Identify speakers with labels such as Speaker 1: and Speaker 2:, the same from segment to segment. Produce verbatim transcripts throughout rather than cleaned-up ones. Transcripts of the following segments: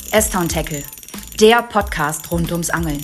Speaker 1: S-Town Tackle, der Podcast rund ums Angeln.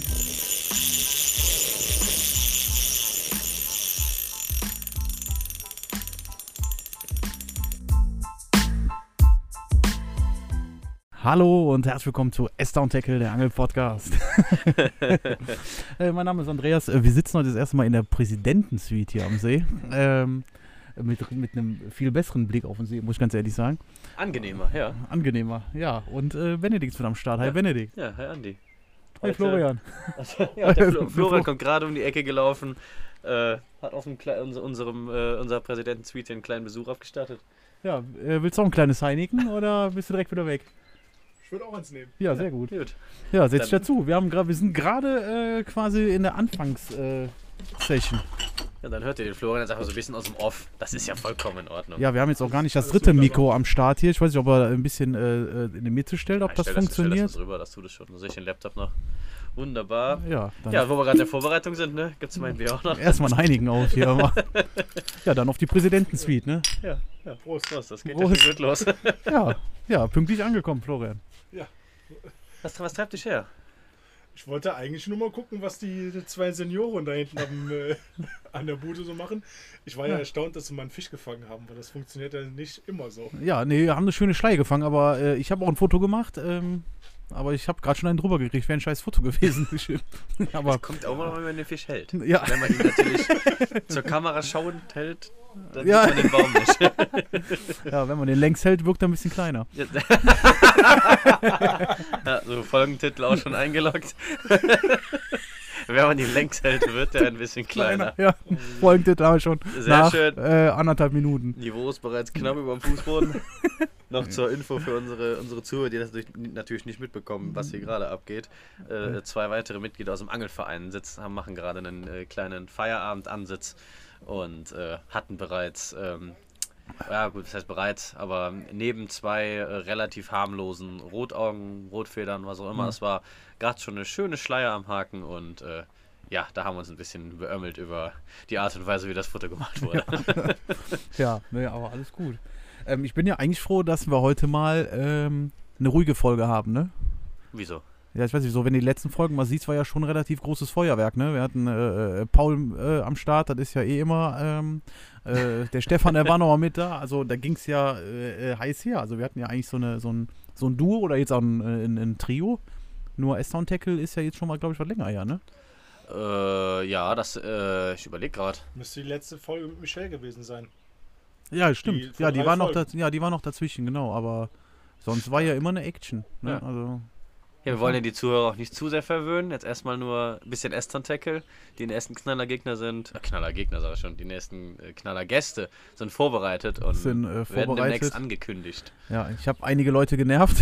Speaker 2: Hallo und herzlich willkommen zu S-Town Tackle, der Angel-Podcast. äh, mein Name ist Andreas. Wir sitzen heute das erste Mal in der Präsidentensuite hier am See. Ähm, mit, mit einem viel besseren Blick auf den See, muss ich ganz ehrlich sagen.
Speaker 3: Angenehmer, ja.
Speaker 2: Angenehmer, ja. Und äh, Benedikt ist wieder am Start. Hi,
Speaker 3: ja.
Speaker 2: Benedikt.
Speaker 3: Ja, hi Andi.
Speaker 2: Hi Florian.
Speaker 3: Also, ja, der Flo Florian kommt gerade um die Ecke gelaufen, äh, hat auf dem Kle unserem, äh, unserer Präsidentensuite einen kleinen Besuch abgestattet.
Speaker 2: Ja, äh, willst du auch ein kleines Heineken oder bist du direkt wieder weg?
Speaker 4: Ich würde auch eins nehmen.
Speaker 2: Ja, sehr gut.
Speaker 3: Gut.
Speaker 2: Ja, setz dich dazu. Wir, haben wir sind gerade äh, quasi in der Anfangssession. Äh,
Speaker 3: ja, dann hört ihr den Florian jetzt einfach so ein bisschen aus dem Off. Das ist ja vollkommen in Ordnung.
Speaker 2: Ja, wir haben jetzt auch gar nicht das dritte Mikro am Start hier. Ich weiß nicht, ob er ein bisschen äh, in die Mitte stellt, ob
Speaker 3: ja,
Speaker 2: das
Speaker 3: stell
Speaker 2: funktioniert.
Speaker 3: Das, stell das rüber, das tut es schon. Dann sehe ich den Laptop noch. Wunderbar.
Speaker 2: Ja, dann
Speaker 3: ja, wo wir gerade in der Vorbereitung sind, ne? Gibt es mein Bier auch noch?
Speaker 2: Erstmal einen Heinigen auf hier. Aber ja, dann auf die Präsidentensuite, ne?
Speaker 3: Ja, ja. Prost, Prost. Das geht
Speaker 2: Prost.
Speaker 3: ja schon gut los.
Speaker 2: Ja, ja, pünktlich angekommen, Florian.
Speaker 4: Ja.
Speaker 3: Was, was treibt dich her?
Speaker 4: Ich wollte eigentlich nur mal gucken, was die zwei Senioren da hinten am, äh, an der Bude so machen. Ich war ja, ja erstaunt, dass sie mal einen Fisch gefangen haben, weil das funktioniert ja nicht immer so.
Speaker 2: Ja, nee, haben eine schöne Schleie gefangen, aber äh, ich habe auch ein Foto gemacht. Ähm, aber ich habe gerade schon einen drüber gekriegt. Wäre ein scheiß Foto gewesen. aber
Speaker 3: das kommt auch mal, wenn man den Fisch hält.
Speaker 2: Ja.
Speaker 3: Wenn man ihn natürlich zur Kamera schauend hält, dann
Speaker 2: ja.
Speaker 3: sieht man den Baum nicht.
Speaker 2: Ja, wenn man den längs hält, wirkt er ein bisschen kleiner.
Speaker 3: Ja. Ja, so Folgentitel auch schon eingeloggt. Wenn man ihn längs hält, wird er ein bisschen kleiner.
Speaker 2: Ja, Folgentitel haben wir schon.
Speaker 3: Sehr
Speaker 2: nach,
Speaker 3: schön.
Speaker 2: Äh, anderthalb Minuten.
Speaker 3: Niveau ist bereits knapp über dem Fußboden. Noch zur Info für unsere, unsere Zuhörer, die das natürlich nicht mitbekommen, was hier gerade abgeht. Äh, zwei weitere Mitglieder aus dem Angelverein sitzen, haben, machen gerade einen äh, kleinen Feierabendansitz und äh, hatten bereits, ähm, ja gut, das heißt bereits, aber neben zwei äh, relativ harmlosen Rotaugen, Rotfedern, was auch immer, es war gerade schon eine schöne Schleier am Haken und äh, ja, da haben wir uns ein bisschen beömmelt über die Art und Weise, wie das Foto gemacht wurde.
Speaker 2: Ja, ne, aber alles gut. Ähm, ich bin ja eigentlich froh, dass wir heute mal ähm, eine ruhige Folge haben, ne?
Speaker 3: Wieso?
Speaker 2: Ja, ich weiß nicht, so wenn die letzten Folgen man sieht, es war ja schon ein relativ großes Feuerwerk, ne? Wir hatten äh, äh, Paul äh, am Start, das ist ja eh immer, ähm, äh, der Stefan, der war noch mal mit da, also da ging es ja äh, äh, heiß her, also wir hatten ja eigentlich so, eine, so, ein, so ein Duo oder jetzt auch ein, ein, ein Trio, nur S-Town Tackle ist ja jetzt schon mal, glaube ich, was länger her, ne?
Speaker 3: Äh, ja, das, äh, ich überlege gerade.
Speaker 4: Müsste die letzte Folge mit Michelle gewesen sein.
Speaker 2: Ja, stimmt.
Speaker 4: Die
Speaker 2: ja, die
Speaker 4: drei
Speaker 2: war noch
Speaker 4: Folgen.
Speaker 2: da, ja, die war noch dazwischen, genau, aber sonst war ja immer eine Action, ne?
Speaker 3: Ja.
Speaker 2: Also
Speaker 3: Ja, wir wollen ja die Zuhörer auch nicht zu sehr verwöhnen. Jetzt erstmal nur ein bisschen S-Town Tackle. Die nächsten Knallergegner sind, äh, Knallergegner sag ich schon, die nächsten äh, Knallergäste sind vorbereitet und
Speaker 2: sind äh,
Speaker 3: werden
Speaker 2: vorbereitet.
Speaker 3: demnächst angekündigt.
Speaker 2: Ja, ich habe einige Leute genervt.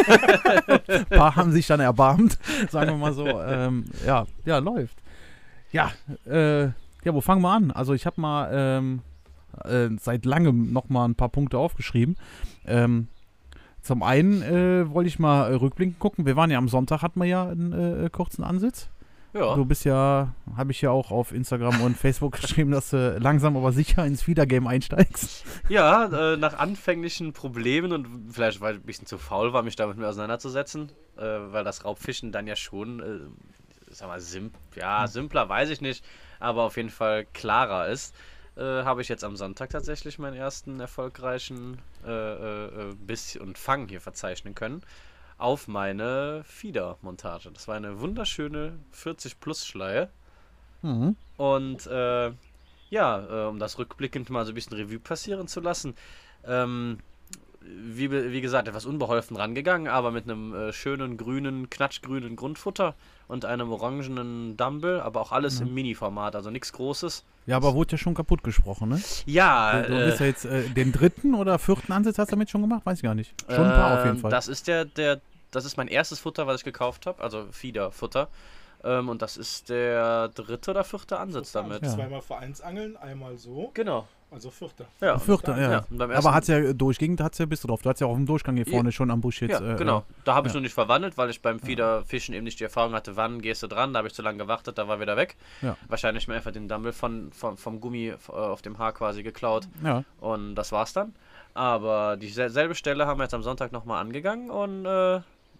Speaker 2: Ein paar haben sich dann erbarmt, sagen wir mal so. Ähm, ja, ja, läuft. Ja, äh, ja, wo fangen wir an? Also ich habe mal ähm, äh, seit langem noch mal ein paar Punkte aufgeschrieben. Ähm, zum einen äh, wollte ich mal äh, rückblickend gucken. Wir waren ja am Sonntag, hatten wir ja einen äh, kurzen Ansitz.
Speaker 3: Ja.
Speaker 2: Du bist ja, habe ich ja auch auf Instagram und Facebook geschrieben, dass du langsam aber sicher ins Feeder-Game einsteigst.
Speaker 3: Ja, äh, nach anfänglichen Problemen und vielleicht weil ich ein bisschen zu faul war, mich damit mehr auseinanderzusetzen, äh, weil das Raubfischen dann ja schon, äh, sag mal, sim ja, simpler weiß ich nicht, aber auf jeden Fall klarer ist. Äh, habe ich jetzt am Sonntag tatsächlich meinen ersten erfolgreichen äh, äh, Biss und Fang hier verzeichnen können auf meine Feeder-Montage. Das war eine wunderschöne vierzig Plus Schleie.
Speaker 2: Mhm.
Speaker 3: Und äh, ja, äh, um das rückblickend mal so ein bisschen Revue passieren zu lassen, ähm, wie, wie gesagt, etwas unbeholfen rangegangen, aber mit einem äh, schönen grünen, knatschgrünen Grundfutter und einem orangenen Dumble, aber auch alles
Speaker 2: Mhm.
Speaker 3: im Mini-Format, also nichts Großes.
Speaker 2: Ja, aber wurde ja schon kaputt gesprochen, ne?
Speaker 3: Ja,
Speaker 2: Du, du bist ja
Speaker 3: äh,
Speaker 2: jetzt äh, den dritten oder vierten Ansatz hast du damit schon gemacht? Weiß ich gar nicht. Schon ein paar auf jeden
Speaker 3: ähm,
Speaker 2: Fall.
Speaker 3: Das ist der, der, das ist mein erstes Futter, was ich gekauft habe, also Feeder-Futter. Ähm, und das ist der dritte oder vierte Ansatz damit.
Speaker 2: Ja.
Speaker 4: Zweimal Vereinsangeln, einmal so,
Speaker 3: Genau.
Speaker 4: also vierter.
Speaker 3: Ja.
Speaker 2: Vierter, ja.
Speaker 3: Ja, und beim ersten-
Speaker 2: Aber hat's ja durchgehend, hat's ja bist du drauf. Du hast ja auch im Durchgang hier
Speaker 3: Ja.
Speaker 2: vorne schon am Busch jetzt.
Speaker 3: Ja,
Speaker 2: äh,
Speaker 3: genau. Da habe ich
Speaker 2: ja.
Speaker 3: noch nicht verwandelt, weil ich beim Feederfischen eben nicht die Erfahrung hatte, wann gehst du dran. Da habe ich zu lange gewartet, da war wieder weg.
Speaker 2: Ja.
Speaker 3: Wahrscheinlich mir einfach den Dumble von, von, vom Gummi äh, auf dem Haar quasi geklaut.
Speaker 2: Ja.
Speaker 3: Und das war's dann. Aber dieselbe Stelle haben wir jetzt am Sonntag nochmal angegangen und äh,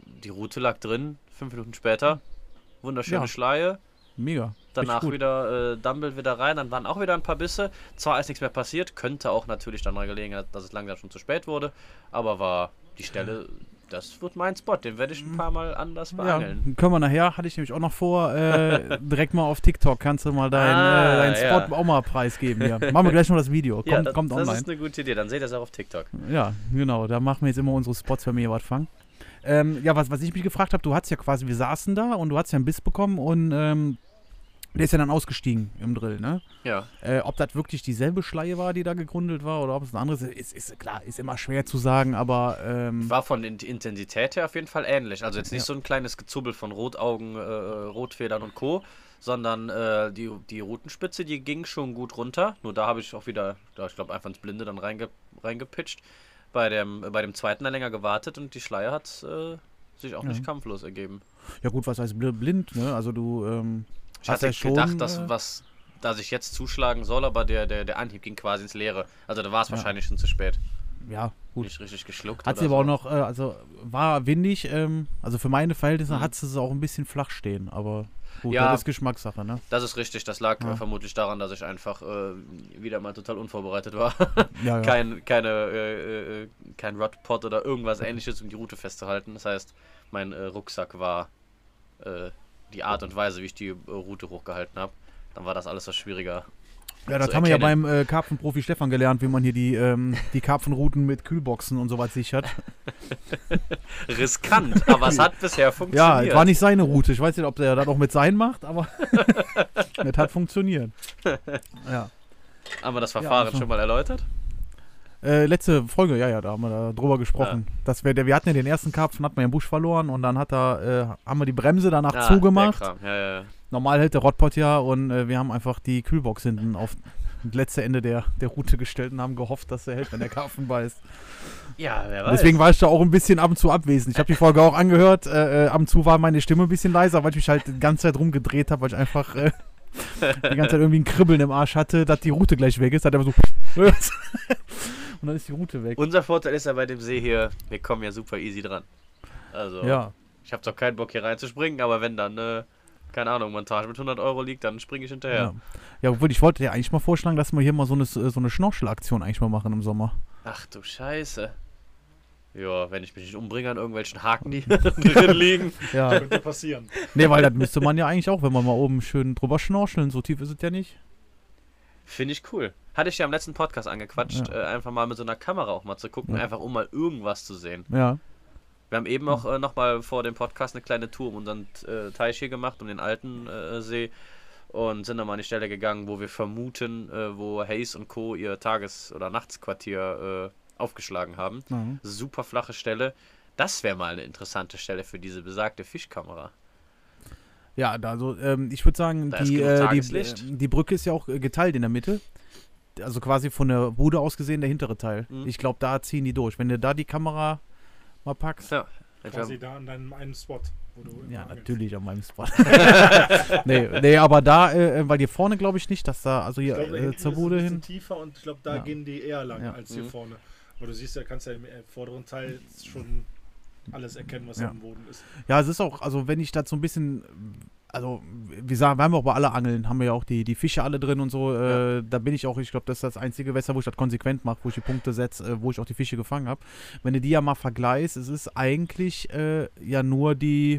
Speaker 3: die Route lag drin, fünf Minuten später. Wunderschöne
Speaker 2: Ja.
Speaker 3: Schleie.
Speaker 2: Mega.
Speaker 3: Danach
Speaker 2: Richtig gut.
Speaker 3: wieder äh, Dumble wieder rein, dann waren auch wieder ein paar Bisse. Zwar ist nichts mehr passiert, könnte auch natürlich dann mal gelegen, dass es langsam schon zu spät wurde, aber war die Stelle, das wird mein Spot, den werde ich ein paar Mal anders
Speaker 2: Ja,
Speaker 3: beangeln.
Speaker 2: können wir nachher, hatte ich nämlich auch noch vor, äh, direkt mal auf TikTok kannst du mal deinen
Speaker 3: Ah,
Speaker 2: äh, deinen Spot
Speaker 3: ja.
Speaker 2: auch mal preisgeben hier. Machen wir gleich noch das Video, kommt,
Speaker 3: Ja, das,
Speaker 2: kommt
Speaker 3: das
Speaker 2: online.
Speaker 3: ist eine gute Idee, dann seht ihr es auch auf TikTok.
Speaker 2: Ja, genau, da machen wir jetzt immer unsere Spots, wenn wir hier was fangen. Ähm, ja, was, was ich mich gefragt habe, du hattest ja quasi, wir saßen da und du hattest ja einen Biss bekommen und ähm, der ist ja dann ausgestiegen im Drill, ne?
Speaker 3: Ja.
Speaker 2: Äh, ob das wirklich dieselbe Schleie war, die da gegründet war, oder ob es ein anderes ist, ist klar, ist immer schwer zu sagen, aber ähm,
Speaker 3: War von der Intensität her auf jeden Fall ähnlich. Also jetzt nicht
Speaker 2: Ja.
Speaker 3: so ein kleines Gezubbel von Rotaugen, äh, Rotfedern und Co., sondern äh, die, die Rutenspitze, die ging schon gut runter. Nur da habe ich auch wieder, da ich glaube einfach ins Blinde dann reinge, reingepitcht. Bei dem, bei dem zweiten dann länger gewartet und die Schleie hat äh, sich auch
Speaker 2: Ja.
Speaker 3: nicht kampflos ergeben.
Speaker 2: ja gut, was heißt bl- blind, ne? Also du ähm,
Speaker 3: Ich
Speaker 2: hast
Speaker 3: hatte
Speaker 2: ja schon,
Speaker 3: gedacht, dass,
Speaker 2: äh,
Speaker 3: was, dass ich jetzt zuschlagen soll, aber der, der, der Anhieb ging quasi ins Leere. Also da war es
Speaker 2: Ja.
Speaker 3: wahrscheinlich schon zu spät.
Speaker 2: ja, gut.
Speaker 3: Nicht richtig geschluckt.
Speaker 2: Hat sie
Speaker 3: oder
Speaker 2: aber auch
Speaker 3: so.
Speaker 2: noch, äh, also war windig, ähm, also für meine Verhältnisse
Speaker 3: Mhm.
Speaker 2: hat sie es auch ein bisschen flach stehen, aber gut,
Speaker 3: Ja.
Speaker 2: das ist Geschmackssache, ne?
Speaker 3: Das ist richtig, das lag
Speaker 2: Ja.
Speaker 3: äh, vermutlich daran, dass ich einfach äh, wieder mal total unvorbereitet war.
Speaker 2: Ja, ja.
Speaker 3: kein, keine, äh, äh, kein Rodpot oder irgendwas ähnliches, um die Route festzuhalten. Das heißt, mein äh, Rucksack war äh, die Art und Weise, wie ich die äh, Route hochgehalten habe. Dann war das alles was schwieriger.
Speaker 2: Ja, das
Speaker 3: zu
Speaker 2: haben wir ja
Speaker 3: erkennen.
Speaker 2: beim äh, Karpfenprofi Stefan gelernt, wie man hier die, ähm, die Karpfenrouten mit Kühlboxen und sowas sichert.
Speaker 3: Riskant, aber es hat bisher
Speaker 2: Ja,
Speaker 3: funktioniert.
Speaker 2: es war nicht seine Route. Ich weiß nicht, ob der das auch mit sein macht, aber es hat funktioniert. Ja.
Speaker 3: Haben wir das Verfahren
Speaker 2: also-
Speaker 3: schon mal erläutert?
Speaker 2: Äh, letzte Folge, ja, ja, da haben wir da drüber gesprochen. Das wär, der, wir hatten ja den ersten Karpfen, hatten wir im Busch verloren und dann hat er, äh, haben wir die Bremse danach
Speaker 3: Ah,
Speaker 2: zugemacht.
Speaker 3: der Kram. Ja, ja, ja.
Speaker 2: Normal hält der Rotpot ja und äh, wir haben einfach die Kühlbox hinten auf das letzte Ende der, der Route gestellt und haben gehofft, dass er hält, wenn der Karpfen beißt.
Speaker 3: Ja, wer weiß.
Speaker 2: Deswegen war ich da auch ein bisschen ab und zu abwesend. Ich habe die Folge auch angehört. Äh, äh, ab und zu war meine Stimme ein bisschen leiser, weil ich mich halt die ganze Zeit rumgedreht habe, weil ich einfach äh, die ganze Zeit irgendwie ein Kribbeln im Arsch hatte, dass die Route gleich weg ist. Hat einfach so und dann ist die Route weg.
Speaker 3: Unser Vorteil ist ja bei dem See hier, wir kommen ja super easy dran. Also,
Speaker 2: Ja,
Speaker 3: ich habe zwar keinen Bock hier reinzuspringen, aber wenn dann, äh, keine Ahnung, Montage mit hundert Euro liegt, dann springe ich hinterher.
Speaker 2: ja. Ja, obwohl ich wollte ja eigentlich mal vorschlagen, dass wir hier mal so eine, so eine Schnorchelaktion eigentlich mal machen im Sommer.
Speaker 3: Ach du Scheiße. Ja, wenn ich mich nicht umbringe an irgendwelchen Haken, die drin liegen.
Speaker 2: Ja.
Speaker 4: Könnte passieren.
Speaker 2: Nee, weil das müsste man ja eigentlich auch, wenn man mal oben schön drüber schnorcheln. So tief ist es ja nicht.
Speaker 3: Finde ich cool. Hatte ich ja im letzten Podcast angequatscht,
Speaker 2: Ja.
Speaker 3: äh, einfach mal mit so einer Kamera auch mal zu gucken,
Speaker 2: Ja.
Speaker 3: einfach um mal irgendwas zu sehen.
Speaker 2: Ja.
Speaker 3: Wir haben eben auch äh, nochmal vor dem Podcast eine kleine Tour um unseren äh, Teich hier gemacht, um den alten äh, See. Und sind dann mal an die Stelle gegangen, wo wir vermuten, äh, wo Hayes und Co. ihr Tages- oder Nachtsquartier äh, aufgeschlagen haben.
Speaker 2: Ja.
Speaker 3: Super flache Stelle. Das wäre mal eine interessante Stelle für diese besagte Fischkamera.
Speaker 2: Ja, da also ähm, ich würde sagen,
Speaker 3: Da ist
Speaker 2: die,
Speaker 3: genug
Speaker 2: äh, die,
Speaker 3: Tageslicht.
Speaker 2: äh, die Brücke ist ja auch äh, geteilt in der Mitte. Also quasi von der Bude aus gesehen der hintere Teil.
Speaker 3: Mhm.
Speaker 2: Ich glaube, da ziehen die durch. Wenn du da die Kamera mal packst.
Speaker 3: Ja,
Speaker 4: Quasi da an deinem einen Spot. Wo du
Speaker 2: Ja,
Speaker 4: immer angelst.
Speaker 2: natürlich an meinem Spot. nee, nee, aber da, äh, weil hier vorne glaube ich nicht, dass da, also
Speaker 4: Ich
Speaker 2: hier
Speaker 4: glaube, da
Speaker 2: äh,
Speaker 4: hinten
Speaker 2: zur
Speaker 4: ist es
Speaker 2: Bude
Speaker 4: ein bisschen
Speaker 2: hin.
Speaker 4: tiefer und ich glaube, da
Speaker 2: Ja.
Speaker 4: gehen die eher lang
Speaker 2: Ja.
Speaker 4: als hier
Speaker 3: Mhm.
Speaker 4: vorne. Aber du siehst ja, kannst ja im äh, vorderen Teil schon alles erkennen, was
Speaker 2: Ja.
Speaker 4: am Boden ist.
Speaker 2: Ja, es ist auch, also wenn ich da so ein bisschen, also wir sagen, wir haben auch bei alle Angeln, haben wir ja auch die, die Fische alle drin und so, äh, da bin ich auch, ich glaube, das ist das einzige Gewässer, wo ich das konsequent mache, wo ich die Punkte setze, äh, wo ich auch die Fische gefangen habe. Wenn du die ja mal vergleichst, es ist eigentlich äh, ja nur die,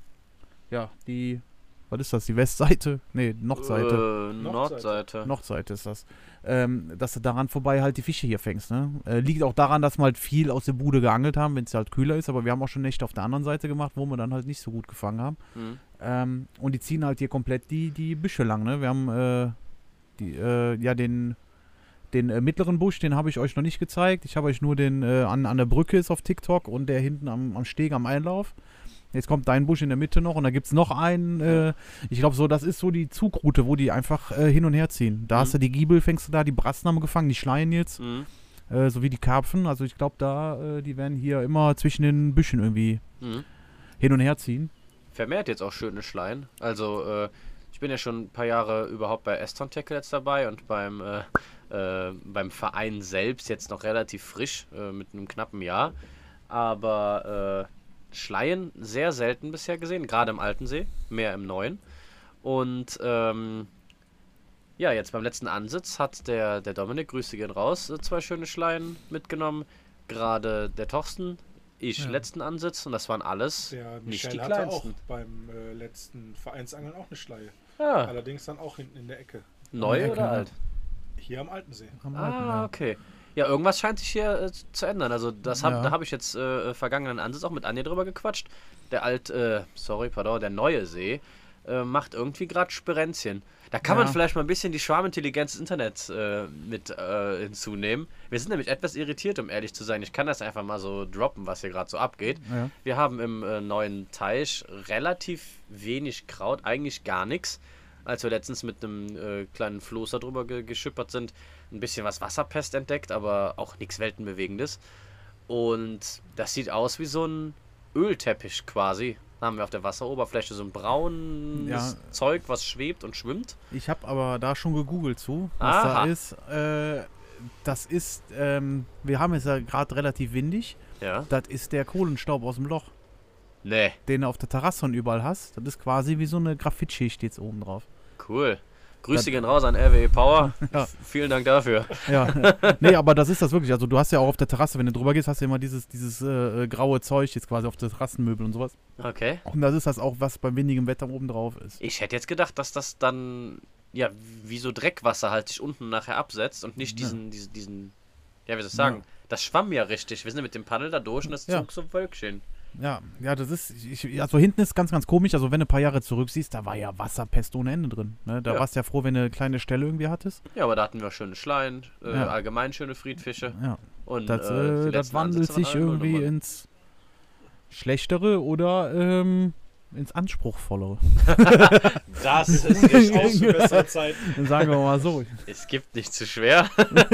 Speaker 2: ja, die, was ist das, die Westseite? Nee, Nordseite.
Speaker 3: Äh,
Speaker 4: Nordseite.
Speaker 3: Nordseite.
Speaker 2: Nordseite ist das. Ähm, dass du daran vorbei halt die Fische hier fängst, ne? Äh, liegt auch daran, dass wir halt viel aus der Bude geangelt haben, wenn es halt kühler ist, aber wir haben auch schon Nächte auf der anderen Seite gemacht, wo wir dann halt nicht so gut gefangen haben.
Speaker 3: Mhm.
Speaker 2: Ähm, und die ziehen halt hier komplett die, die Büsche lang, ne? Wir haben äh, die, äh, ja den, den äh, mittleren Busch, den habe ich euch noch nicht gezeigt. Ich habe euch nur den äh, an, an der Brücke ist auf TikTok und der hinten am, am Steg am Einlauf. Jetzt kommt dein Busch in der Mitte noch und da gibt es noch einen, äh, ich glaube so, das ist so die Zugroute, wo die einfach äh, hin und her ziehen. Da
Speaker 3: Mhm.
Speaker 2: hast du die Giebel, fängst du da, die Brassen haben wir gefangen, die Schleien jetzt,
Speaker 3: Mhm.
Speaker 2: äh, sowie die Karpfen. Also ich glaube da, äh, die werden hier immer zwischen den Büschen irgendwie
Speaker 3: Mhm.
Speaker 2: hin und her ziehen.
Speaker 3: Vermehrt jetzt auch schöne Schleien. Also, äh, ich bin ja schon ein paar Jahre überhaupt bei Eston Tackle jetzt dabei und beim, äh, äh, beim Verein selbst jetzt noch relativ frisch, äh, mit einem knappen Jahr. Aber äh, Schleien sehr selten bisher gesehen, gerade im alten See, mehr im neuen. Und ähm, ja, jetzt beim letzten Ansitz hat der, der Dominik, Grüße gehen raus, äh, zwei schöne Schleien mitgenommen. Gerade der Torsten, ich
Speaker 2: Ja.
Speaker 3: letzten Ansitz und das waren alles
Speaker 4: Der
Speaker 3: nicht
Speaker 4: Michel
Speaker 3: die
Speaker 4: hatte auch
Speaker 3: kleinsten.
Speaker 4: beim äh, letzten Vereinsangeln auch eine Schleie.
Speaker 3: Ja,
Speaker 4: Allerdings dann auch hinten in der Ecke.
Speaker 3: neu
Speaker 2: Ja,
Speaker 3: oder
Speaker 2: klar.
Speaker 3: alt?
Speaker 4: Hier am Altensee.
Speaker 2: Am Alten,
Speaker 3: Ah,
Speaker 2: ja.
Speaker 3: okay. Ja, irgendwas scheint sich hier äh, zu ändern. Also das hab,
Speaker 2: Ja.
Speaker 3: da habe ich jetzt äh, vergangenen Ansatz auch mit Anja drüber gequatszt. Der alt, äh, sorry, pardon, der neue See äh, macht irgendwie gerade Sperenzchen. Da kann
Speaker 2: Ja.
Speaker 3: man vielleicht mal ein bisschen die Schwarmintelligenz des Internets äh, mit äh, hinzunehmen. Wir sind nämlich etwas irritiert, um ehrlich zu sein. Ich kann das einfach mal so droppen, was hier gerade so abgeht.
Speaker 2: Ja.
Speaker 3: Wir haben im äh, neuen Teich relativ wenig Kraut, eigentlich gar nichts. Als wir letztens mit einem äh, kleinen Floß darüber ge geschippert sind, ein bisschen was Wasserpest entdeckt, aber auch nichts Weltenbewegendes. Und das sieht aus wie so ein Ölteppich quasi. Da haben wir auf der Wasseroberfläche so ein braunes
Speaker 2: Ja.
Speaker 3: Zeug, was schwebt und schwimmt.
Speaker 2: Ich habe aber da schon gegoogelt zu, was
Speaker 3: Aha.
Speaker 2: da ist. Äh, das ist, ähm, wir haben es ja gerade relativ windig.
Speaker 3: Ja.
Speaker 2: Das ist der Kohlenstaub aus dem Loch,
Speaker 3: Nee,
Speaker 2: den du auf der Terrasse und überall hast. Das ist quasi wie so eine Graphitschicht jetzt oben drauf.
Speaker 3: cool. Grüße
Speaker 2: Das-
Speaker 3: gehen raus an R W E Power.
Speaker 2: Ja.
Speaker 3: F- Vielen Dank dafür.
Speaker 2: Ja, nee, aber das ist das wirklich. Also du hast ja auch auf der Terrasse, wenn du drüber gehst, hast du immer dieses, dieses äh, graue Zeug jetzt quasi auf der Terrassenmöbel und sowas.
Speaker 3: Okay.
Speaker 2: Und das ist das auch, was bei windigem Wetter oben drauf ist.
Speaker 3: Ich hätte jetzt gedacht, dass das dann, ja, wie so Dreckwasser halt sich unten nachher absetzt und nicht
Speaker 2: Ja.
Speaker 3: diesen, diesen, diesen, ja, wie soll ich sagen,
Speaker 2: Ja.
Speaker 3: das schwamm ja richtig. Wir sind mit dem Paddel da durch und es
Speaker 2: Ja.
Speaker 3: zog so Wölkchen.
Speaker 2: Ja, ja, das ist, ich, also hinten ist ganz, ganz komisch. Also wenn du ein paar Jahre zurück siehst, da war ja Wasserpest ohne Ende drin. Ne? Da
Speaker 3: Ja.
Speaker 2: warst du ja froh, wenn du eine kleine Stelle irgendwie hattest.
Speaker 3: Ja, aber da hatten wir schöne Schleien, äh,
Speaker 2: Ja.
Speaker 3: allgemein schöne Friedfische.
Speaker 2: Ja,
Speaker 3: Und
Speaker 2: das,
Speaker 3: äh,
Speaker 2: äh,
Speaker 3: die
Speaker 2: das
Speaker 3: letzten
Speaker 2: wandelt
Speaker 3: Ansätze waren
Speaker 2: sich
Speaker 3: alle
Speaker 2: irgendwie
Speaker 3: Nullnummern.
Speaker 2: ins Schlechtere oder ähm, ins Anspruchsvollere.
Speaker 3: Das ist
Speaker 4: Auch
Speaker 3: richtig.
Speaker 4: zu besseren Zeiten.
Speaker 2: Dann sagen wir mal so.
Speaker 3: Es gibt nicht zu schwer.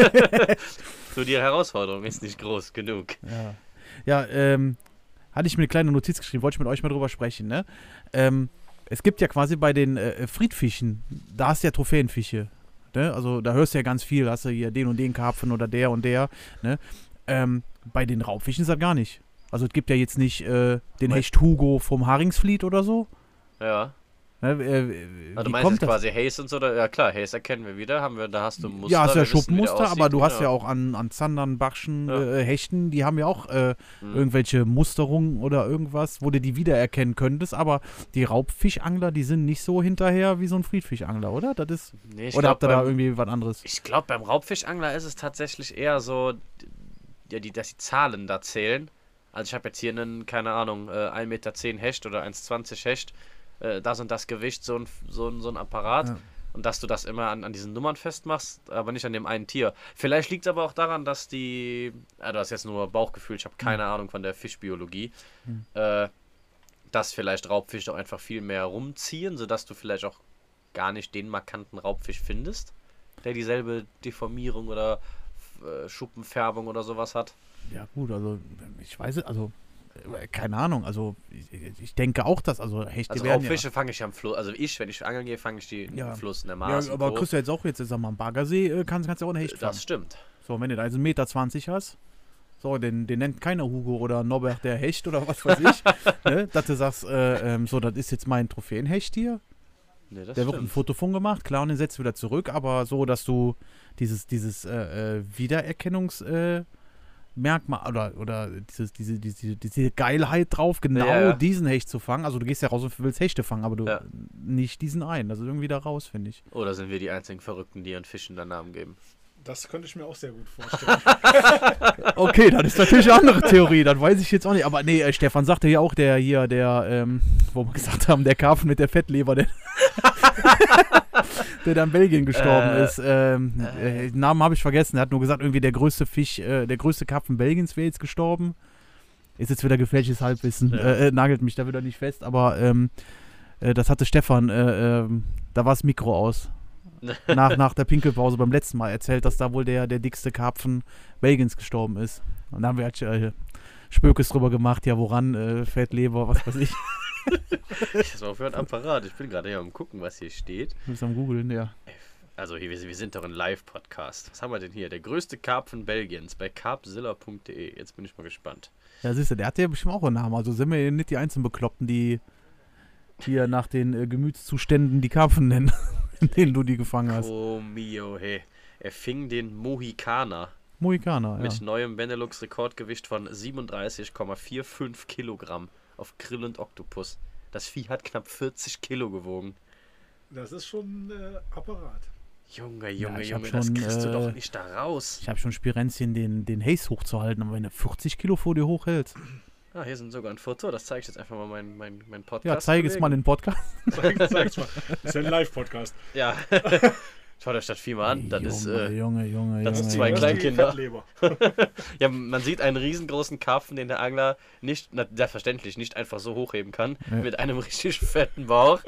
Speaker 3: Nur die Herausforderung ist nicht groß genug.
Speaker 2: Ja, ja ähm, hatte ich mir eine kleine Notiz geschrieben, wollte ich mit euch mal drüber sprechen. Ne? Ähm, es gibt ja quasi bei den äh, Friedfischen, da hast du ja Trophäenfische. Ne? Also da hörst du ja ganz viel, da hast du hier den und den Karpfen oder der und der. Ne? Ähm, bei den Raubfischen ist das gar nicht. Also es gibt ja jetzt nicht äh, den
Speaker 3: Meinst-
Speaker 2: Hecht Hugo vom Haringsfleet oder so.
Speaker 3: Ja.
Speaker 2: Ne? Äh,
Speaker 3: Also
Speaker 2: wie
Speaker 3: du meinst
Speaker 2: kommt
Speaker 3: jetzt
Speaker 2: das?
Speaker 3: quasi Haze und so? Oder? Ja klar, Haze erkennen wir wieder. Haben wir, da hast du ein Muster.
Speaker 2: Ja, hast ja
Speaker 3: wir wissen, wie der
Speaker 2: Schuppenmuster, aber
Speaker 3: aussieht,
Speaker 2: du hast
Speaker 3: genau.
Speaker 2: ja auch an, an Zandern, Bachschen,
Speaker 3: Ja.
Speaker 2: äh, Hechten, die haben ja auch äh,
Speaker 3: Mhm.
Speaker 2: irgendwelche Musterungen oder irgendwas, wo du die wiedererkennen könntest, aber die Raubfischangler, die sind nicht so hinterher wie so ein Friedfischangler, oder? Das ist,
Speaker 3: Nee, ich
Speaker 2: oder
Speaker 3: glaub,
Speaker 2: habt ihr da
Speaker 3: beim-
Speaker 2: irgendwie was anderes?
Speaker 3: Ich glaube, beim Raubfischangler ist es tatsächlich eher so, d- ja, die, dass die Zahlen da zählen. Also ich habe jetzt hier einen, keine Ahnung, äh, ein Meter zehn Hecht oder eins Komma zwanzig Hecht, äh, das und das Gewicht, so ein, so ein, so ein Apparat.
Speaker 2: Ja.
Speaker 3: Und dass du das immer an, an diesen Nummern festmachst, aber nicht an dem einen Tier. Vielleicht liegt es aber auch daran, dass die, ja, du hast jetzt nur Bauchgefühl, ich habe keine Ahnung von der Fischbiologie,
Speaker 2: Hm.
Speaker 3: äh, dass vielleicht Raubfische auch einfach viel mehr rumziehen, sodass du vielleicht auch gar nicht den markanten Raubfisch findest, der dieselbe Deformierung oder äh, Schuppenfärbung oder sowas hat.
Speaker 2: Ja gut, also ich weiß es, also äh, keine Ahnung, also ich, ich denke auch, dass, also Hechte
Speaker 3: Also
Speaker 2: werden
Speaker 3: Raubfische fange ich am Fluss, also ich, wenn ich angeln gehe, fange ich die
Speaker 2: Ja.
Speaker 3: im Fluss, in der
Speaker 2: ja,
Speaker 3: Maas.
Speaker 2: ja, aber
Speaker 3: und
Speaker 2: kriegst du jetzt auch jetzt, sag mal, am Baggersee, äh, kannst, kannst du auch einen Hecht fangen.
Speaker 3: das stimmt.
Speaker 2: So, wenn du da jetzt einen Meter zwanzig hast, so, den, den nennt keiner Hugo oder Norbert der Hecht oder was weiß ich, ne? Dass du sagst, äh, ähm, so, das ist jetzt mein Trophäenhecht hier,
Speaker 3: Nee, das
Speaker 2: der wird ein
Speaker 3: stimmt.
Speaker 2: Foto von gemacht, klar, und den setzt du wieder zurück, aber so, dass du dieses, dieses äh, äh, Wiedererkennungs- äh, Merkmal oder, oder dieses, diese, diese, diese Geilheit drauf, genau
Speaker 3: Ja, ja.
Speaker 2: diesen Hecht zu fangen. Also du gehst ja raus und willst Hechte fangen, aber du
Speaker 3: Ja.
Speaker 2: nicht diesen einen. Das ist irgendwie da raus, finde ich.
Speaker 3: Oder sind wir die einzigen Verrückten, die ihren Fischen dann Namen geben?
Speaker 4: Das könnte ich mir auch sehr gut vorstellen.
Speaker 2: Okay, das ist natürlich eine andere Theorie, das weiß ich jetzt auch nicht. Aber nee, äh, Stefan sagte ja auch, der hier, der, ähm, wo wir gesagt haben, der Karpfen mit der Fettleber, der, der da in Belgien gestorben
Speaker 3: Äh,
Speaker 2: ist. Ähm, äh, den Namen habe ich vergessen. Er hat nur gesagt, irgendwie der größte Fisch, äh, der größte Karpfen Belgiens wäre jetzt gestorben. Ist jetzt wieder gefälschtes Halbwissen.
Speaker 3: Ja.
Speaker 2: Äh, äh, nagelt mich da wieder nicht fest, aber ähm, äh, das hatte Stefan, äh, ähm, da war das Mikro aus. nach, nach der Pinkelpause beim letzten Mal erzählt, dass da wohl der, der dickste Karpfen Belgiens gestorben ist. Und da haben wir halt äh, Spökes drüber gemacht, ja woran, äh, Fettleber, was weiß ich.
Speaker 3: Das war für ein Apparat. Ich bin gerade hier am gucken, was hier steht.
Speaker 2: Du bist am googeln, ja.
Speaker 3: Also hier, wir wir sind doch ein Live-Podcast. Was haben wir denn hier? Der größte Karpfen Belgiens bei carpzilla punkt de. Jetzt bin ich mal gespannt.
Speaker 2: Ja, siehst du, der hat ja bestimmt auch einen Namen. Also sind wir hier nicht die einzigen Bekloppten, die hier nach den äh, Gemütszuständen die Karpfen nennen, in denen du die gefangen hast.
Speaker 3: Oh mio, hey. Er fing den Mohikaner
Speaker 2: Mohikaner, ja.
Speaker 3: mit neuem Benelux-Rekordgewicht von siebenunddreißig Komma fünfundvierzig Kilogramm auf Grill und Oktopus. Das Vieh hat knapp vierzig Kilo gewogen.
Speaker 4: Das ist schon äh, Apparat.
Speaker 3: Junge, Junge,
Speaker 2: ich hab
Speaker 3: Junge, das
Speaker 2: schon,
Speaker 3: kriegst du
Speaker 2: äh,
Speaker 3: doch nicht da raus.
Speaker 2: Ich habe schon Spirenzchen, den, den Haze hochzuhalten, aber wenn du vierzig Kilo vor dir hochhältst.
Speaker 3: Ah, hier sind sogar ein Foto, das zeige ich jetzt einfach mal mein, mein, mein Podcast.
Speaker 2: Ja, zeige es mal in den Podcast.
Speaker 4: Zeig, zeig's mal. Das ist ja ein Live-Podcast.
Speaker 3: Ja. Schaut euch das Vieh mal an. Das
Speaker 2: Junge,
Speaker 3: ist, äh,
Speaker 2: Junge, Junge,
Speaker 3: das
Speaker 2: Junge.
Speaker 3: ist zwei
Speaker 2: Junge.
Speaker 3: Kleinkinder.
Speaker 4: Fettleber.
Speaker 3: Ja, man sieht einen riesengroßen Karpfen, den der Angler nicht, na, selbstverständlich nicht einfach so hochheben kann,
Speaker 2: Ja.
Speaker 3: mit einem richtig fetten Bauch.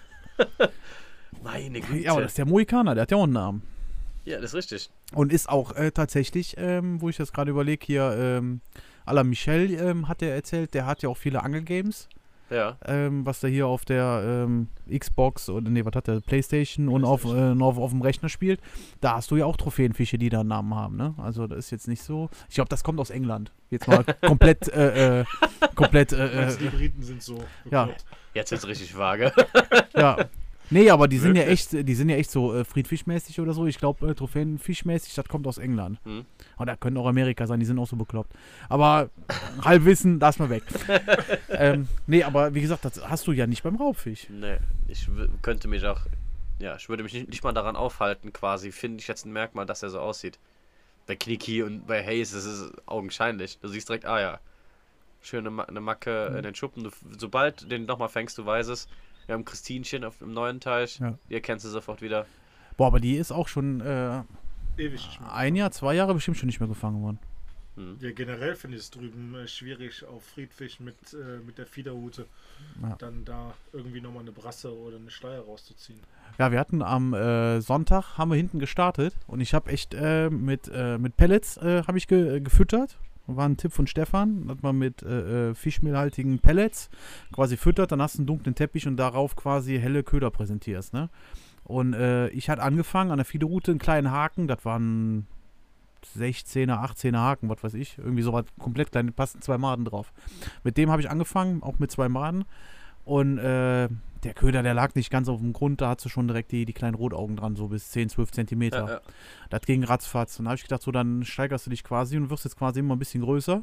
Speaker 3: Meine Güte.
Speaker 2: Ja, aber das ist der Mohikaner, der hat ja auch einen Namen.
Speaker 3: Ja, das ist richtig.
Speaker 2: Und ist auch äh, tatsächlich, ähm, wo ich das gerade überlege, hier, ähm, Alain Michel ähm, hat er erzählt, der hat ja auch viele Angelgames,
Speaker 3: Ja.
Speaker 2: ähm, was der hier auf der ähm, Xbox oder nee, was hat der, Playstation und auf, äh, auf, auf dem Rechner spielt. Da hast du ja auch Trophäenfische, die da einen Namen haben, ne? Also das ist jetzt nicht so. Ich glaube, das kommt aus England. Jetzt mal komplett, äh, äh, komplett, äh,
Speaker 4: Meinst du, die
Speaker 2: äh,
Speaker 4: Briten sind so
Speaker 2: ja.
Speaker 4: bekloppt?
Speaker 3: Jetzt wird's richtig vage.
Speaker 2: ja. Nee, aber die sind ja
Speaker 3: Wirklich?
Speaker 2: echt, die sind ja echt so äh, Friedfischmäßig oder so. Ich glaube, äh, Trophäenfischmäßig, das kommt aus England.
Speaker 3: Hm.
Speaker 2: Oder könnte auch Amerika sein, die sind auch so bekloppt. Aber Halbwissen, lass mal weg. ähm, nee, aber wie gesagt, das hast du ja nicht beim Raubfisch.
Speaker 3: Nee, ich w- könnte mich auch, ja, ich würde mich nicht, nicht mal daran aufhalten, quasi, finde ich jetzt ein Merkmal, dass er so aussieht. Bei Knicki und bei Hayes ist es augenscheinlich. Du siehst direkt, ah ja, schöne Ma- eine Macke in den Schuppen. Du, sobald du den nochmal fängst, du weißt es. Wir haben Christinchen auf dem neuen Teich,
Speaker 2: Ja.
Speaker 3: die erkennst du sofort wieder.
Speaker 2: Boah, aber die ist auch schon äh,
Speaker 4: Ewig nicht mehr.
Speaker 2: ein Jahr, zwei Jahre bestimmt schon nicht mehr gefangen worden.
Speaker 3: Hm.
Speaker 4: Ja, generell finde ich es drüben äh, schwierig auf Friedfisch mit, äh, mit der Fiederhute
Speaker 2: Ja.
Speaker 4: dann da irgendwie nochmal eine Brasse oder eine Schleier rauszuziehen.
Speaker 2: Ja, wir hatten am äh, Sonntag, haben wir hinten gestartet und ich habe echt äh, mit, äh, mit Pellets äh, habe ich ge gefüttert. War ein Tipp von Stefan, dass man mit äh, äh, fischmehlhaltigen Pellets quasi füttert, dann hast du einen dunklen Teppich und darauf quasi helle Köder präsentierst, ne? Und äh, ich hatte angefangen an der Fiederroute einen kleinen Haken, das waren sechzehner, achtzehner Haken, was weiß ich, irgendwie sowas komplett klein, passen zwei Maden drauf. Mit dem habe ich angefangen, auch mit zwei Maden. Und äh, der Köder, der lag nicht ganz auf dem Grund, da hast du schon direkt die, die kleinen Rotaugen dran, so bis zehn, zwölf Zentimeter.
Speaker 3: Ja, ja.
Speaker 2: Das ging ratzfatz. Und da habe ich gedacht, so, dann steigerst du dich quasi und wirst jetzt quasi immer ein bisschen größer.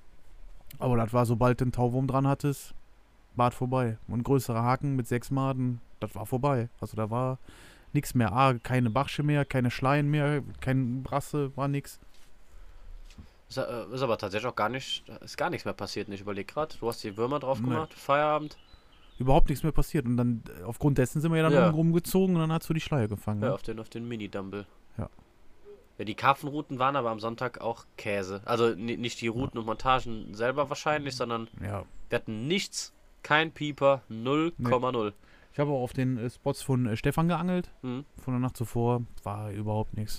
Speaker 2: Aber das war, sobald du einen Tauwurm dran hattest, Bad vorbei. Und größere Haken mit sechs Maden, das war vorbei. Also da war nichts mehr. Ah, keine Barsche mehr, keine Schleien mehr, kein Brasse, war nix.
Speaker 3: Ist, äh, ist aber tatsächlich auch gar nicht, ist gar nichts mehr passiert. Ich überlege gerade, du hast die Würmer drauf
Speaker 2: Nee.
Speaker 3: gemacht, Feierabend.
Speaker 2: Überhaupt nichts mehr passiert. Und dann, äh, aufgrund dessen sind wir ja dann
Speaker 3: Ja.
Speaker 2: rumgezogen und dann hast du die Schleie gefangen.
Speaker 3: Ja,
Speaker 2: Ne?
Speaker 3: auf den, auf den Mini-Dumble.
Speaker 2: Ja.
Speaker 3: Ja, die Karpfenrouten waren aber am Sonntag auch Käse. Also ni- nicht die Routen und Montagen selber wahrscheinlich, sondern
Speaker 2: Ja.
Speaker 3: wir hatten nichts, kein Pieper, null Komma null.
Speaker 2: Ich habe auch auf den äh, Spots von äh, Stefan geangelt.
Speaker 3: Hm.
Speaker 2: Von der Nacht zuvor war überhaupt nichts.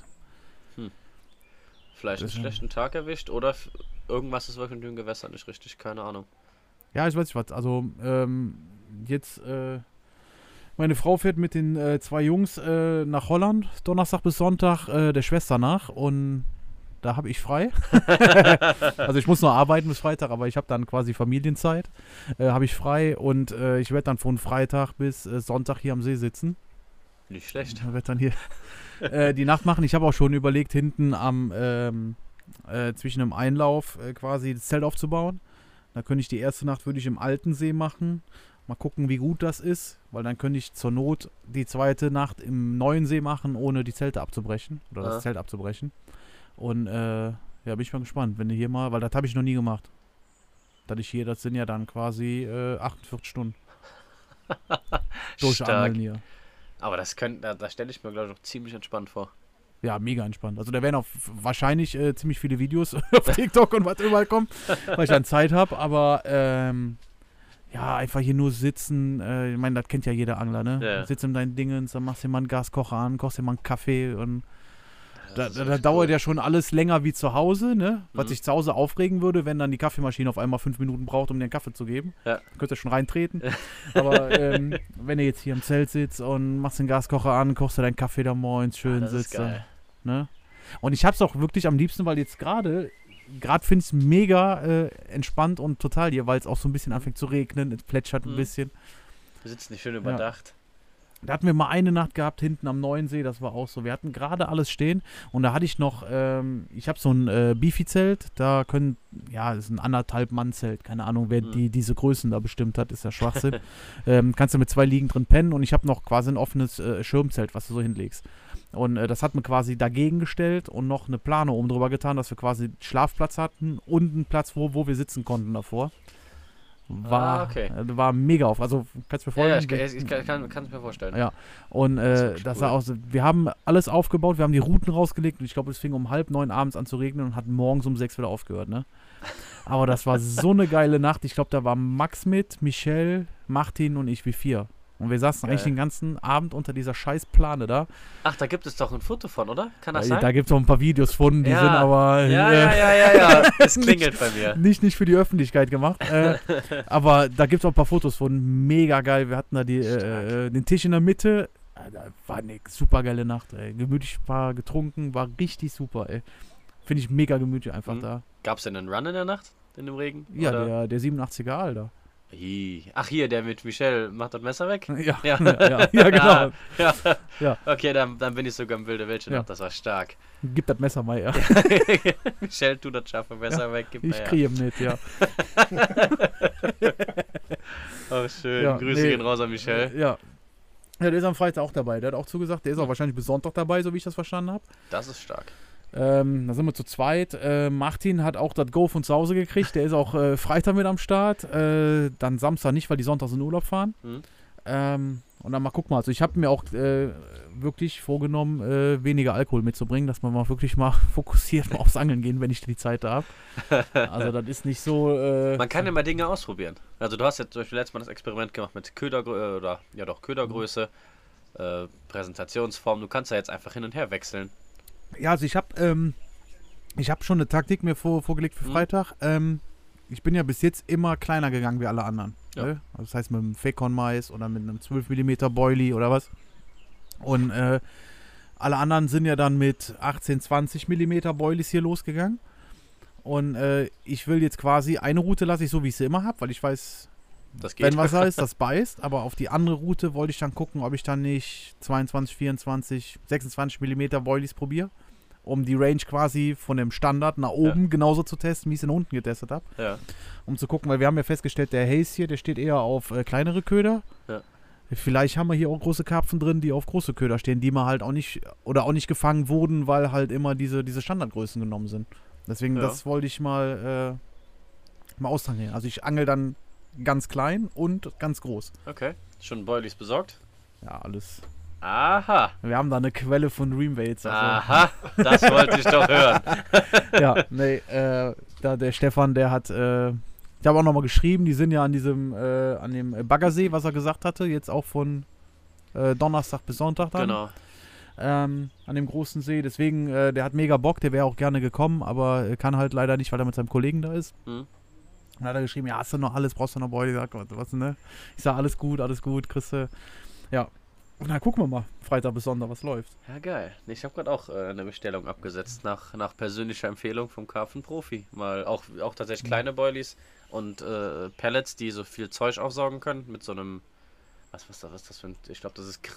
Speaker 3: Vielleicht einen
Speaker 2: Das ist-
Speaker 3: schlechten Tag erwischt oder f- irgendwas ist wirklich mit dem Gewässer nicht richtig, keine Ahnung.
Speaker 2: Ja, ich weiß nicht was. Also, ähm, jetzt, äh, meine Frau fährt mit den äh, zwei Jungs äh, nach Holland, Donnerstag bis Sonntag, äh, der Schwester nach und da habe ich frei. Also ich muss noch arbeiten bis Freitag, aber ich habe dann quasi Familienzeit, äh, habe ich frei und äh, ich werde dann von Freitag bis äh, Sonntag hier am See sitzen.
Speaker 3: Nicht schlecht.
Speaker 2: Ich werde dann hier äh, die Nacht machen. Ich habe auch schon überlegt, hinten am ähm, äh, zwischen dem Einlauf äh, quasi das Zelt aufzubauen. Da könnte ich die erste Nacht würde ich im alten See machen. Mal gucken, wie gut das ist, weil dann könnte ich zur Not die zweite Nacht im neuen See machen, ohne die Zelte abzubrechen oder
Speaker 3: Ja.
Speaker 2: das Zelt abzubrechen. Und äh, ja, bin ich mal gespannt, wenn du hier mal, weil das habe ich noch nie gemacht. Dass ich hier, das sind ja dann quasi äh, achtundvierzig Stunden durch
Speaker 3: Stark.
Speaker 2: Angeln hier.
Speaker 3: Aber das könnte, da, da stelle ich mir glaube ich auch ziemlich entspannt vor.
Speaker 2: Ja, mega entspannt. Also da werden auch wahrscheinlich äh, ziemlich viele Videos auf TikTok und was überall kommen, weil ich dann Zeit habe. Aber ähm, ja, einfach hier nur sitzen. Äh, ich meine, das kennt ja jeder Angler, ne?
Speaker 3: Ja.
Speaker 2: Sitzt in deinen Dingens, dann machst du dir mal einen Gaskocher an, kochst dir mal einen Kaffee und Da,
Speaker 3: ist
Speaker 2: da, da
Speaker 3: echt
Speaker 2: dauert
Speaker 3: cool.
Speaker 2: ja schon alles länger wie zu Hause, ne? Was
Speaker 3: Mhm.
Speaker 2: sich zu Hause aufregen würde, wenn dann die Kaffeemaschine auf einmal fünf Minuten braucht, um dir einen Kaffee zu geben.
Speaker 3: Ja.
Speaker 2: Könnt ihr schon reintreten. Aber ähm, wenn ihr jetzt hier im Zelt sitzt und machst den Gaskocher an, kochst du deinen Kaffee da morgens, schön
Speaker 3: Das ist
Speaker 2: sitzt.
Speaker 3: geil.
Speaker 2: Ne? Und ich hab's auch wirklich am liebsten, weil jetzt gerade, gerade finde ich es mega äh, entspannt und total hier, weil es auch so ein bisschen anfängt zu regnen, es plätschert ein
Speaker 3: Mhm.
Speaker 2: bisschen.
Speaker 3: Wir sitzen nicht schön überdacht.
Speaker 2: Da hatten wir mal eine Nacht gehabt, hinten am Neuensee, das war auch so. Wir hatten gerade alles stehen und da hatte ich noch, ähm, ich habe so ein äh, Bifi-Zelt, da können, ja, das ist ein anderthalb Mann-Zelt, keine Ahnung, wer
Speaker 3: Mhm.
Speaker 2: die, diese Größen da bestimmt hat, ist ja Schwachsinn. ähm, kannst du mit zwei Liegen drin pennen und ich habe noch quasi ein offenes äh, Schirmzelt, was du so hinlegst. Und äh, das hat mir quasi dagegen gestellt und noch eine Plane oben drüber getan, dass wir quasi Schlafplatz hatten und einen Platz, wo, wo wir sitzen konnten davor. War,
Speaker 3: Ah, okay.
Speaker 2: äh, war mega auf. Also kannst du mir
Speaker 3: Ja, ja,
Speaker 2: vorstellen,
Speaker 3: ich, ich, ich kann, kann es mir vorstellen.
Speaker 2: Ja. Und
Speaker 3: Das ist
Speaker 2: äh,
Speaker 3: wirklich
Speaker 2: das
Speaker 3: cool.
Speaker 2: sah aus, wir haben alles aufgebaut, wir haben die Routen rausgelegt und ich glaube, es fing um halb neun abends an zu regnen und hat morgens um sechs wieder aufgehört, ne? Aber das war so eine geile Nacht. Ich glaube, da war Max mit, Michelle, Martin und ich wie vier. Und wir saßen
Speaker 3: Geil.
Speaker 2: eigentlich den ganzen Abend unter dieser scheiß Plane da.
Speaker 3: Ach, da gibt es doch ein Foto von, oder? Kann das
Speaker 2: Äh,
Speaker 3: sein?
Speaker 2: Da gibt es auch ein paar Videos von, die
Speaker 3: Ja.
Speaker 2: sind aber
Speaker 3: ja,
Speaker 2: äh,
Speaker 3: ja, ja, ja, ja. Es klingelt bei mir.
Speaker 2: nicht, nicht für die Öffentlichkeit gemacht. äh, aber da gibt es auch ein paar Fotos von. Mega geil. Wir hatten da die, äh, äh, den Tisch in der Mitte. Äh, Da war eine super geile Nacht, ey. Gemütlich war getrunken, war richtig super, ey. Finde ich mega gemütlich einfach
Speaker 3: Mhm.
Speaker 2: da.
Speaker 3: Gab es denn einen Run in der Nacht? In dem Regen?
Speaker 2: Ja,
Speaker 3: Oder?
Speaker 2: der, der siebenundachtziger Alter.
Speaker 3: Hi. Ach, hier, der mit Michelle macht das Messer weg?
Speaker 2: Ja,
Speaker 3: Ja.
Speaker 2: ja, ja, genau.
Speaker 3: Ja.
Speaker 2: Ja.
Speaker 3: Okay, dann, dann bin ich sogar im Wilde Wildchen.
Speaker 2: Ja.
Speaker 3: Das war stark.
Speaker 2: Gib das Messer mal, ja.
Speaker 3: Michelle, tu das scharfe Messer weg. Gib
Speaker 2: Ich
Speaker 3: mir her.
Speaker 2: kriege mit, ja.
Speaker 3: Oh, schön.
Speaker 2: Ja,
Speaker 3: Grüße
Speaker 2: nee.
Speaker 3: gehen raus an Michelle.
Speaker 2: Ja. Ja, der ist am Freitag auch dabei. Der hat auch zugesagt, der ist auch wahrscheinlich bis Sonntag dabei, so wie ich das verstanden habe.
Speaker 3: Das ist stark.
Speaker 2: Ähm, da sind wir zu zweit. Äh, Martin hat auch das Go von zu Hause gekriegt. Der ist auch äh, Freitag mit am Start. Äh, dann Samstag nicht, weil die sonntags in Urlaub fahren.
Speaker 3: Mhm.
Speaker 2: Ähm, und dann mal gucken mal. Also ich habe mir auch äh, wirklich vorgenommen, äh, weniger Alkohol mitzubringen, dass man mal wirklich mal fokussiert mal aufs Angeln gehen, wenn ich die Zeit da habe. Also das ist nicht so. Äh,
Speaker 3: Man kann ja mal Dinge ausprobieren. Also du hast jetzt zum Beispiel letztes Mal das Experiment gemacht mit Ködergröße, oder ja doch Ködergröße, äh, Präsentationsform. Du kannst ja jetzt einfach hin und her wechseln.
Speaker 2: Ja, also ich habe ähm, ich habe schon eine Taktik mir vor, vorgelegt für
Speaker 3: Mhm.
Speaker 2: Freitag. Ähm, ich bin ja bis jetzt immer kleiner gegangen wie alle anderen.
Speaker 3: Ja.
Speaker 2: Ne? Also das heißt mit einem Fekon-Mais oder mit einem zwölf Millimeter Boilie oder was. Und äh, alle anderen sind ja dann mit achtzehn, zwanzig Millimeter Boilies hier losgegangen. Und äh, ich will jetzt quasi, eine Route lasse ich so, wie ich sie immer habe, weil ich weiß,
Speaker 3: Das geht.
Speaker 2: wenn Wasser ist, das beißt. Aber auf die andere Route wollte ich dann gucken, ob ich dann nicht zweiundzwanzig, vierundzwanzig, sechsundzwanzig Millimeter Boilies probiere, um die Range quasi von dem Standard nach oben genauso zu testen, wie ich es in unten getestet habe.
Speaker 3: Ja.
Speaker 2: Um zu gucken, weil wir haben ja festgestellt, der Haze hier, der steht eher auf äh, kleinere Köder.
Speaker 3: Ja.
Speaker 2: Vielleicht haben wir hier auch große Karpfen drin, die auf große Köder stehen, die mal halt auch nicht oder auch nicht gefangen wurden, weil halt immer diese, diese Standardgrößen genommen sind. Deswegen,
Speaker 3: Ja.
Speaker 2: das wollte ich mal, äh, mal austrainieren. Also ich angel dann ganz klein und ganz groß.
Speaker 3: Okay. Schon Boilies besorgt?
Speaker 2: Ja, alles.
Speaker 3: Aha.
Speaker 2: Wir haben da eine Quelle von Dreambaits. Also,
Speaker 3: Aha. Das wollte ich doch hören.
Speaker 2: ja, nee, äh, da der Stefan, der hat, äh, ich habe auch nochmal geschrieben, die sind ja an diesem, äh, an dem Baggersee, was er gesagt hatte, jetzt auch von äh, Donnerstag bis Sonntag dann.
Speaker 3: Genau.
Speaker 2: Ähm, an dem großen See. Deswegen, äh, der hat mega Bock, der wäre auch gerne gekommen, aber äh, kann halt leider nicht, weil er mit seinem Kollegen da ist.
Speaker 3: Mhm.
Speaker 2: Dann hat er geschrieben, ja, hast du noch alles, brauchst du noch Beute? Ich sag, was, was, ne? Ich sag, alles gut, alles gut, kriegst du. Ja. Und dann gucken wir mal, Freitag bis Sonntag, was läuft.
Speaker 3: Ja, geil. Ich habe gerade auch äh, eine Bestellung abgesetzt nach, nach persönlicher Empfehlung vom Karpfenprofi. Mal auch, auch tatsächlich kleine Boilies und äh, Pellets, die so viel Zeug aufsaugen können mit so einem, was, was, was ist das für ein, ich glaube, das ist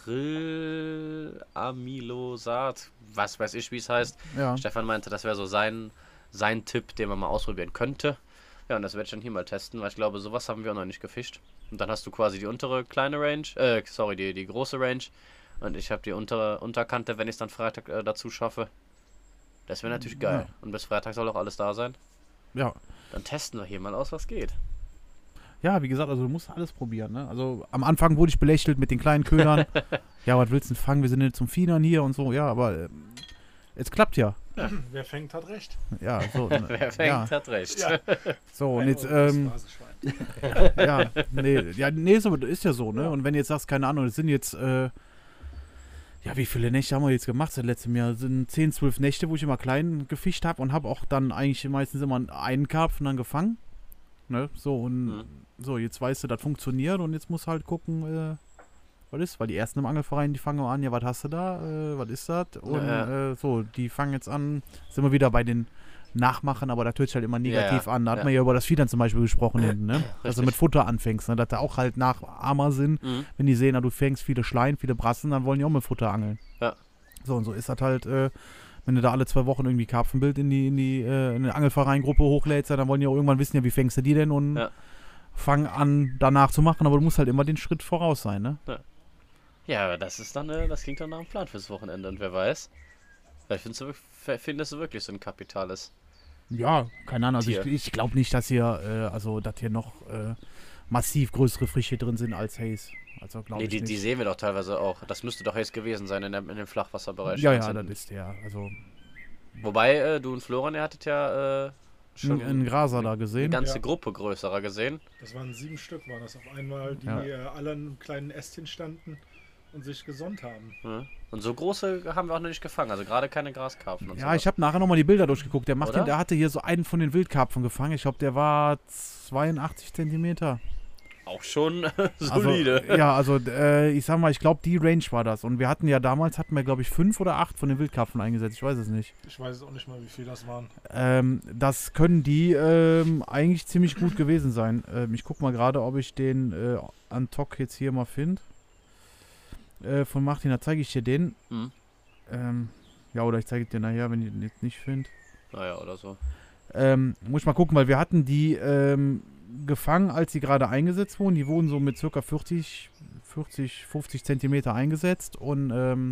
Speaker 3: Grillamylosat, was weiß ich, wie es heißt.
Speaker 2: Ja.
Speaker 3: Stefan meinte, das wäre so sein, sein Tipp, den man mal ausprobieren könnte. Ja, und das werde ich dann hier mal testen, weil ich glaube, sowas haben wir auch noch nicht gefischt. Und dann hast du quasi die untere kleine Range, äh, sorry, die, die große Range. Und ich habe die untere Unterkante, wenn ich es dann Freitag äh, dazu schaffe. Das wäre natürlich geil.
Speaker 2: Ja.
Speaker 3: Und bis Freitag soll auch alles da sein.
Speaker 2: Ja.
Speaker 3: Dann testen wir hier mal aus, was geht.
Speaker 2: Ja, wie gesagt, also du musst alles probieren, ne? Also am Anfang wurde ich belächelt mit den kleinen Ködern. Ja, was willst du denn fangen? Wir sind jetzt zum Fiedern hier und so. Ja, aber äh, es klappt ja.
Speaker 4: Wer fängt, hat recht.
Speaker 2: Ja, so. ne,
Speaker 3: Wer fängt,
Speaker 2: ja,
Speaker 3: hat recht.
Speaker 4: Ja.
Speaker 2: so und
Speaker 4: Ein
Speaker 2: jetzt,
Speaker 4: Euro fürs
Speaker 2: ähm,
Speaker 4: Phrasenschwein.
Speaker 2: ja, nee, ja, nee, so ist ja so, ne? Und wenn du jetzt sagst, keine Ahnung, das sind jetzt, äh, Ja, wie viele Nächte haben wir jetzt gemacht seit letztem Jahr? Das sind zehn, zwölf Nächte, wo ich immer klein gefischt habe und habe auch dann eigentlich meistens immer einen Karpfen dann gefangen. Ne? So, und
Speaker 3: Mhm.
Speaker 2: so, jetzt weißt du, das funktioniert und jetzt musst du halt gucken, äh, was ist, weil die ersten im Angelverein, die fangen an, ja, was hast du da, äh, was ist das? Und
Speaker 3: Ja.
Speaker 2: äh, so, die fangen jetzt an, sind wir wieder bei den Nachmachen, aber das hört sich halt immer negativ
Speaker 3: Ja,
Speaker 2: an. Da hat
Speaker 3: ja.
Speaker 2: man ja über das Vieh dann zum Beispiel gesprochen hinten, ne? Also
Speaker 3: Richtig.
Speaker 2: mit Futter anfängst, ne? Dass da auch halt Nachahmer sind.
Speaker 3: Mhm.
Speaker 2: Wenn die sehen, na, du fängst viele Schleien, viele Brassen, dann wollen die auch mit Futter angeln.
Speaker 3: Ja.
Speaker 2: So, und so ist das halt, äh, wenn du da alle zwei Wochen irgendwie Karpfenbild in die, in die äh, in eine Angelvereingruppe hochlädst, ja, dann wollen die auch irgendwann wissen, ja, wie fängst du die denn und
Speaker 3: Ja.
Speaker 2: fangen an, danach zu machen, aber du musst halt immer den Schritt voraus sein, ne?
Speaker 3: Ja, aber das ist dann, äh, das klingt dann nach einem Plan fürs Wochenende und wer weiß. Vielleicht findest du, wir- findest du wirklich so ein kapitales.
Speaker 2: Ja, keine Ahnung, also ich,
Speaker 3: Tier.
Speaker 2: ich glaube nicht, dass hier, äh, also, dass hier noch äh, massiv größere Fische drin sind als Haze. Also, glaube
Speaker 3: Nee,
Speaker 2: ich
Speaker 3: die,
Speaker 2: nicht.
Speaker 3: die sehen wir doch teilweise auch. Das müsste doch jetzt gewesen sein in, dem- in dem Flachwasserbereich.
Speaker 2: Ja,
Speaker 3: ganz
Speaker 2: ja,
Speaker 3: hinten.
Speaker 2: das ist der, also,
Speaker 3: Wobei, äh, du und Florian, ihr hattet ja äh, schon
Speaker 2: ein, ein Graser da
Speaker 3: eine
Speaker 2: gesehen.
Speaker 3: ganze
Speaker 4: Ja.
Speaker 3: Gruppe größerer gesehen.
Speaker 4: Das waren sieben Stück, waren das auf einmal, die
Speaker 2: Ja.
Speaker 4: äh, alle an einem kleinen Ästchen standen und sich gesonnt haben.
Speaker 3: Ja. Und so große haben wir auch noch nicht gefangen. Also gerade keine Graskarpfen und
Speaker 2: Ja,
Speaker 3: sowas.
Speaker 2: ich habe nachher nochmal die Bilder durchgeguckt. Der Martin,
Speaker 3: Oder?
Speaker 2: der hatte hier so einen von den Wildkarpfen gefangen. Ich glaube, der war zweiundachtzig Zentimeter.
Speaker 3: Auch schon
Speaker 2: Also,
Speaker 3: solide.
Speaker 2: ja, also äh, ich sag mal, ich glaube, die Range war das. Und wir hatten ja damals, hatten wir glaube ich fünf oder acht von den Wildkarpfen eingesetzt. Ich weiß es nicht.
Speaker 4: Ich weiß auch nicht mal, wie viel das waren.
Speaker 2: Ähm, das können die ähm, eigentlich ziemlich gut gewesen sein. Ähm, ich guck mal gerade, ob ich den äh, Antok jetzt hier mal finde. Äh, von Martin, da zeige ich dir den.
Speaker 3: Hm.
Speaker 2: Ähm, ja, oder ich zeige dir nachher, wenn ich den jetzt nicht finde.
Speaker 3: Naja, oder so.
Speaker 2: Ähm, muss ich mal gucken, weil wir hatten die ähm, gefangen, als sie gerade eingesetzt wurden. Die wurden so mit ca. vierzig, vierzig, fünfzig Zentimeter eingesetzt. Und ähm,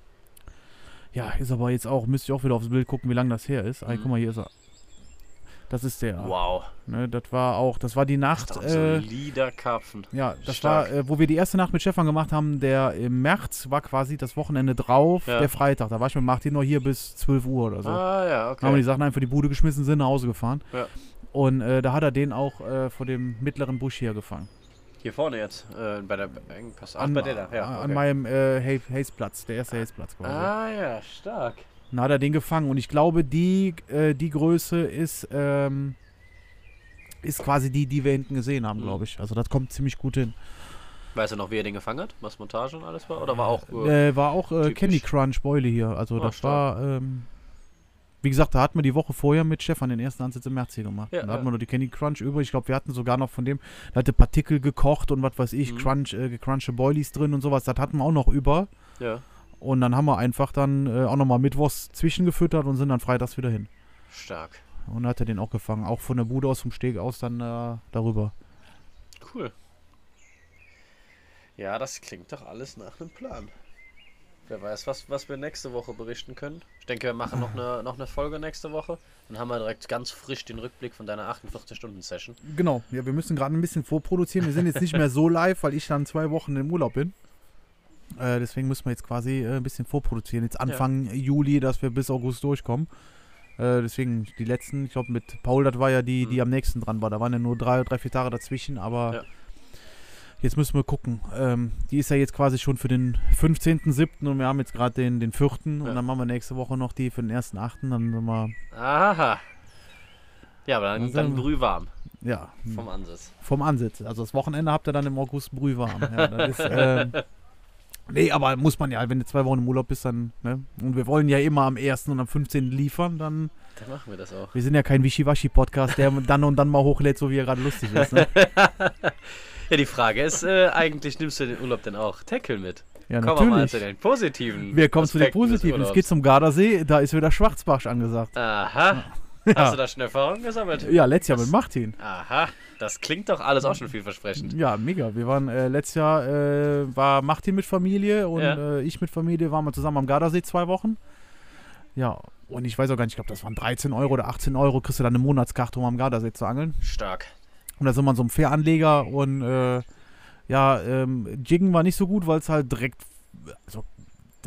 Speaker 2: ja, ist aber jetzt auch, müsst ihr auch wieder aufs Bild gucken, wie lang das her ist. Ah,
Speaker 3: Mhm.
Speaker 2: guck mal, hier ist er. Das ist der.
Speaker 3: Wow.
Speaker 2: Ne, das war auch, das war die Nacht.
Speaker 3: Das ist
Speaker 2: Äh,
Speaker 3: ein solider Karpfen.
Speaker 2: ja, das
Speaker 3: Stark.
Speaker 2: war, äh, wo wir die erste Nacht mit Stefan gemacht haben, der im März war quasi das Wochenende drauf,
Speaker 3: Ja.
Speaker 2: der Freitag. Da war ich mit Martin noch hier bis zwölf Uhr oder so.
Speaker 3: Ah ja,
Speaker 2: Dann haben wir die
Speaker 3: okay.
Speaker 2: Sachen einfach in die Bude geschmissen, sind nach Hause gefahren.
Speaker 3: Ja.
Speaker 2: Und äh, da hat er den auch äh, vor dem mittleren Busch hier gefangen.
Speaker 3: Hier vorne jetzt, äh, bei der Engpass. Ach,
Speaker 2: An,
Speaker 3: bei der da, ja.
Speaker 2: an
Speaker 3: Okay.
Speaker 2: meinem äh, Hay- Hayesplatz, der erste Hayesplatz quasi.
Speaker 3: Ah ja, stark.
Speaker 2: Dann hat er den gefangen und ich glaube, die, äh, die Größe ist, ähm, ist quasi die, die wir hinten gesehen haben,
Speaker 3: Mhm.
Speaker 2: glaube ich. Also das kommt ziemlich gut hin.
Speaker 3: Weißt du noch, wie er den gefangen hat? Was Montage und alles war? Oder war auch... Äh,
Speaker 2: Äh, war auch äh,
Speaker 3: typisch.
Speaker 2: Candy Crunch Beule hier. Also
Speaker 3: Ah,
Speaker 2: das
Speaker 3: stark.
Speaker 2: war, ähm, wie gesagt, da hatten wir die Woche vorher mit Stefan den ersten Ansatz im März hier gemacht.
Speaker 3: Ja,
Speaker 2: Und da hatten
Speaker 3: ja.
Speaker 2: wir noch die Candy Crunch übrig. Ich glaube, wir hatten sogar noch von dem, da hatte Partikel gekocht und was weiß ich,
Speaker 3: Mhm.
Speaker 2: Crunch, äh, gecrunchte Boilies drin und sowas. Das hatten wir auch noch über.
Speaker 3: ja,
Speaker 2: Und dann haben wir einfach dann äh, auch nochmal mittwochs zwischengefüttert und sind dann freitags wieder hin.
Speaker 3: stark.
Speaker 2: Und dann hat er den auch gefangen. Auch von der Bude aus, vom Steg aus dann äh, darüber.
Speaker 3: Cool. Ja, das klingt doch alles nach einem Plan. Wer weiß, was, was wir nächste Woche berichten können. Ich denke, wir machen noch eine, noch eine Folge nächste Woche. Dann haben wir direkt ganz frisch den Rückblick von deiner achtundvierzig-Stunden-Session.
Speaker 2: Genau, ja, wir müssen gerade ein bisschen vorproduzieren. Wir sind jetzt nicht mehr so live, weil ich dann zwei Wochen im Urlaub bin. Äh, deswegen müssen wir jetzt quasi äh, ein bisschen vorproduzieren. Jetzt Anfang Juli, dass wir bis August durchkommen. Äh, deswegen die letzten, ich glaube mit Paul, das war ja die, die
Speaker 3: Mhm.
Speaker 2: am nächsten dran war. Da waren ja nur drei, drei vier Tage dazwischen, aber
Speaker 3: Ja.
Speaker 2: jetzt müssen wir gucken. Ähm, die ist ja jetzt quasi schon für den fünfzehnten siebten und wir haben jetzt gerade den, den vierten
Speaker 3: Ja.
Speaker 2: und dann machen wir nächste Woche noch die für den ersten achten. Dann sind wir,
Speaker 3: Aha. Ja, aber dann,
Speaker 2: Was
Speaker 3: dann
Speaker 2: sagen wir?
Speaker 3: brühwarm
Speaker 2: ja,
Speaker 3: vom Ansatz.
Speaker 2: vom Ansitz. Also das Wochenende habt ihr dann im August brühwarm. Ja, das ist, ähm, nee, aber muss man ja, wenn du zwei Wochen im Urlaub bist, dann, ne? Und wir wollen ja immer am ersten und am fünfzehnten liefern, dann,
Speaker 3: Dann machen wir das auch.
Speaker 2: wir sind ja kein Wischiwaschi-Podcast, der dann und dann mal hochlädt, so wie er gerade lustig ist. Ne?
Speaker 3: Ja, die Frage ist, äh, eigentlich nimmst du den Urlaub denn auch Tackle mit?
Speaker 2: Ja,
Speaker 3: Kommen wir mal
Speaker 2: natürlich.
Speaker 3: zu den positiven
Speaker 2: Wir kommen zu den
Speaker 3: Aspekten des
Speaker 2: Positiven. Es
Speaker 3: Urlaubs.
Speaker 2: geht zum Gardasee, da ist wieder Schwarzbach angesagt.
Speaker 3: Aha.
Speaker 2: Ja.
Speaker 3: Hast du da schon Erfahrung gesammelt?
Speaker 2: Ja, letztes Jahr
Speaker 3: Das-
Speaker 2: mit Martin.
Speaker 3: Aha. Das klingt doch alles auch schon vielversprechend.
Speaker 2: Ja, mega. Wir waren äh, letztes Jahr, äh, war Martin mit Familie und
Speaker 3: Ja.
Speaker 2: äh, ich mit Familie, waren wir zusammen am Gardasee zwei Wochen. Ja, und ich weiß auch gar nicht, ich glaube, das waren dreizehn Euro oder achtzehn Euro, kriegst du dann eine Monatskarte, um am Gardasee zu angeln.
Speaker 3: Stark.
Speaker 2: Und da sind wir an so einem Fähranleger und äh, ja, ähm, Jiggen war nicht so gut, weil es halt direkt, also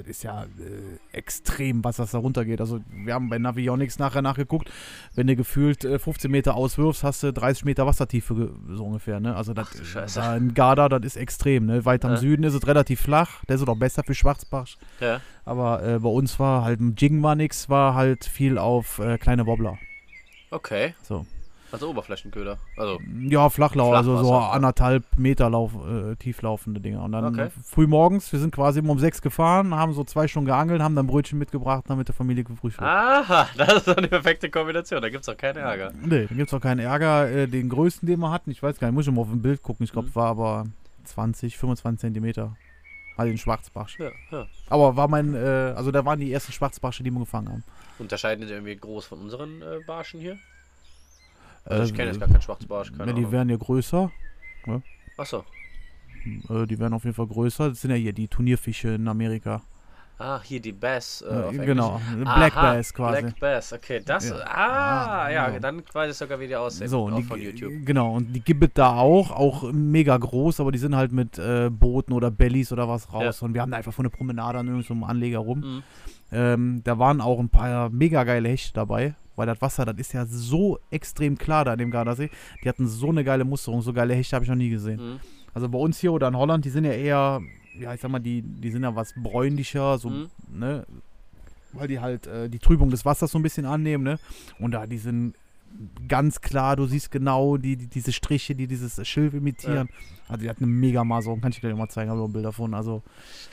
Speaker 2: das ist ja äh, extrem, was das da runtergeht. Also wir haben bei Navionics nachher nachgeguckt, wenn du gefühlt äh, fünfzehn Meter auswirfst, hast du dreißig Meter Wassertiefe ge- so ungefähr. Ne? Also das,
Speaker 3: Ach, Scheiße.
Speaker 2: da in Garda, das ist extrem. Ne? Weit am
Speaker 3: Ja.
Speaker 2: Süden ist es relativ flach, der ist auch besser für Schwarzbarsch.
Speaker 3: Ja.
Speaker 2: Aber äh, bei uns war halt, im Jing war nix, war halt viel auf äh, kleine Wobbler.
Speaker 3: Okay.
Speaker 2: So.
Speaker 3: Also Oberflächenköder. Also.
Speaker 2: Ja, Flachlau, also so
Speaker 3: Flachwasser, ja.
Speaker 2: anderthalb Meter Lauf, äh, tief laufende Dinger. Und dann
Speaker 3: Okay.
Speaker 2: früh morgens, wir sind quasi immer um sechs gefahren, haben so zwei Stunden geangelt, haben dann Brötchen mitgebracht, haben mit der Familie gefrühstückt.
Speaker 3: Aha, das ist doch eine perfekte Kombination. Da gibt es auch keinen Ärger.
Speaker 2: Nee, da gibt es auch keinen Ärger. Äh, den größten, den wir hatten, ich weiß gar nicht, muss ich mal auf ein Bild gucken, ich glaube,
Speaker 3: Mhm.
Speaker 2: war aber zwanzig, fünfundzwanzig Zentimeter. Also den Schwarzbarsch.
Speaker 3: Ja, ja.
Speaker 2: Aber war mein, äh, also da waren die ersten Schwarzbarsche, die wir gefangen haben.
Speaker 3: Unterscheiden die irgendwie groß von unseren äh, Barschen hier?
Speaker 2: Äh,
Speaker 3: Also ich kenne jetzt gar keinen Schwarzbarsch. Keine
Speaker 2: ne, die
Speaker 3: Ahnung.
Speaker 2: wären ja größer.
Speaker 3: Achso.
Speaker 2: Äh, die wären auf jeden Fall größer. Das sind ja hier die Turnierfische in Amerika.
Speaker 3: Ah, hier die Bass. Äh,
Speaker 2: Äh,
Speaker 3: auf
Speaker 2: genau,
Speaker 3: Englisch.
Speaker 2: Black
Speaker 3: Aha,
Speaker 2: Bass quasi.
Speaker 3: Black Bass, okay. Das,
Speaker 2: Ja.
Speaker 3: ah,
Speaker 2: Ah,
Speaker 3: ja,
Speaker 2: genau.
Speaker 3: dann weiß ich sogar, wie die aussehen.
Speaker 2: So,
Speaker 3: auch
Speaker 2: und
Speaker 3: von
Speaker 2: die,
Speaker 3: YouTube.
Speaker 2: genau, und die gibt es da auch, auch mega groß, aber die sind halt mit äh, Booten oder Bellies oder was raus.
Speaker 3: Ja.
Speaker 2: Und wir haben da einfach von der Promenade an irgendeinem Anleger rum.
Speaker 3: Mhm.
Speaker 2: Ähm, da waren auch ein paar mega geile Hechte dabei, weil das Wasser, das ist ja so extrem klar da in dem Gardasee. Die hatten so eine geile Musterung, so geile Hechte habe ich noch nie gesehen.
Speaker 3: Mhm.
Speaker 2: Also bei uns hier oder in Holland, die sind ja eher, ja, ich sag mal, die, die sind ja was bräunlicher, so,
Speaker 3: Mhm.
Speaker 2: ne, weil die halt äh, die Trübung des Wassers so ein bisschen annehmen, ne, und da, die sind ganz klar, du siehst genau die, die diese Striche, die dieses Schilf imitieren. Also die hatten eine mega Maserung, kann ich gleich mal zeigen, habe ich auch ein Bild davon, also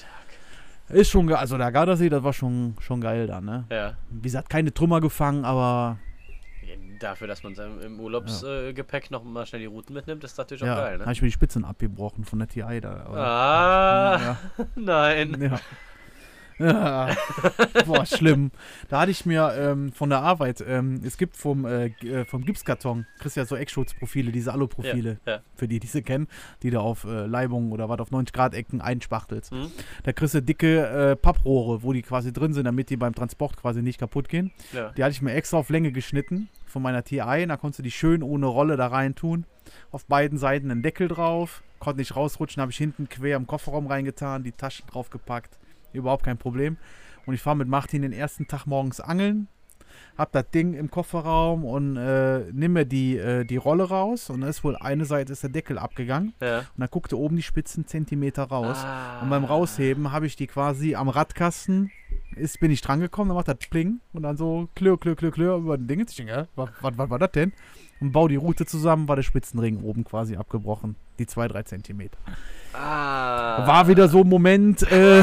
Speaker 2: ist schon, ge- also der Gardasee, das war schon, schon geil da, ne.
Speaker 3: Ja.
Speaker 2: Wie gesagt, keine Trümmer gefangen, aber
Speaker 3: Dafür, dass man im, im Urlaubsgepäck äh, Gepäck noch mal schnell die Routen mitnimmt, ist natürlich auch
Speaker 2: ja,
Speaker 3: geil,
Speaker 2: habe
Speaker 3: ne?
Speaker 2: ich mir die Spitzen abgebrochen von der T I da. Aber,
Speaker 3: Ah,
Speaker 2: ja.
Speaker 3: nein.
Speaker 2: Ja. Ja. Boah, schlimm. Da hatte ich mir ähm, von der Arbeit, ähm, es gibt vom, äh, G- äh, vom Gipskarton, kriegst ja so Eckschutzprofile, diese Aluprofile,
Speaker 3: Ja, ja.
Speaker 2: für die, die sie kennen, die du auf äh, Leibungen oder was auf neunzig Grad Ecken einspachtelst.
Speaker 3: Mhm.
Speaker 2: Da kriegst du dicke äh, Papprohre, wo die quasi drin sind, damit die beim Transport quasi nicht kaputt gehen.
Speaker 3: Ja.
Speaker 2: Die hatte ich mir extra auf Länge geschnitten von meiner T I. Da konntest du die schön ohne Rolle da rein tun. Auf beiden Seiten einen Deckel drauf. Konnte nicht rausrutschen, habe ich hinten quer im Kofferraum reingetan, die Taschen draufgepackt. Überhaupt kein Problem. Und ich fahre mit Martin den ersten Tag morgens angeln. Hab das Ding im Kofferraum und äh, nimm mir die, äh, die Rolle raus. Und da ist wohl eine Seite ist der Deckel abgegangen.
Speaker 3: Ja.
Speaker 2: Und dann guckte oben die Spitzen Zentimeter raus.
Speaker 3: Ah.
Speaker 2: Und beim Rausheben habe ich die quasi am Radkasten, ist, bin ich dran gekommen, dann macht das Pling und dann so klirr, klirr, klirr, klirr über den Ding. Ich denke, ja, was, was, was war das denn? Und baue die Route zusammen, war der Spitzenring oben quasi abgebrochen. Die zwei, drei Zentimeter.
Speaker 3: Ah.
Speaker 2: War wieder so ein Moment, äh,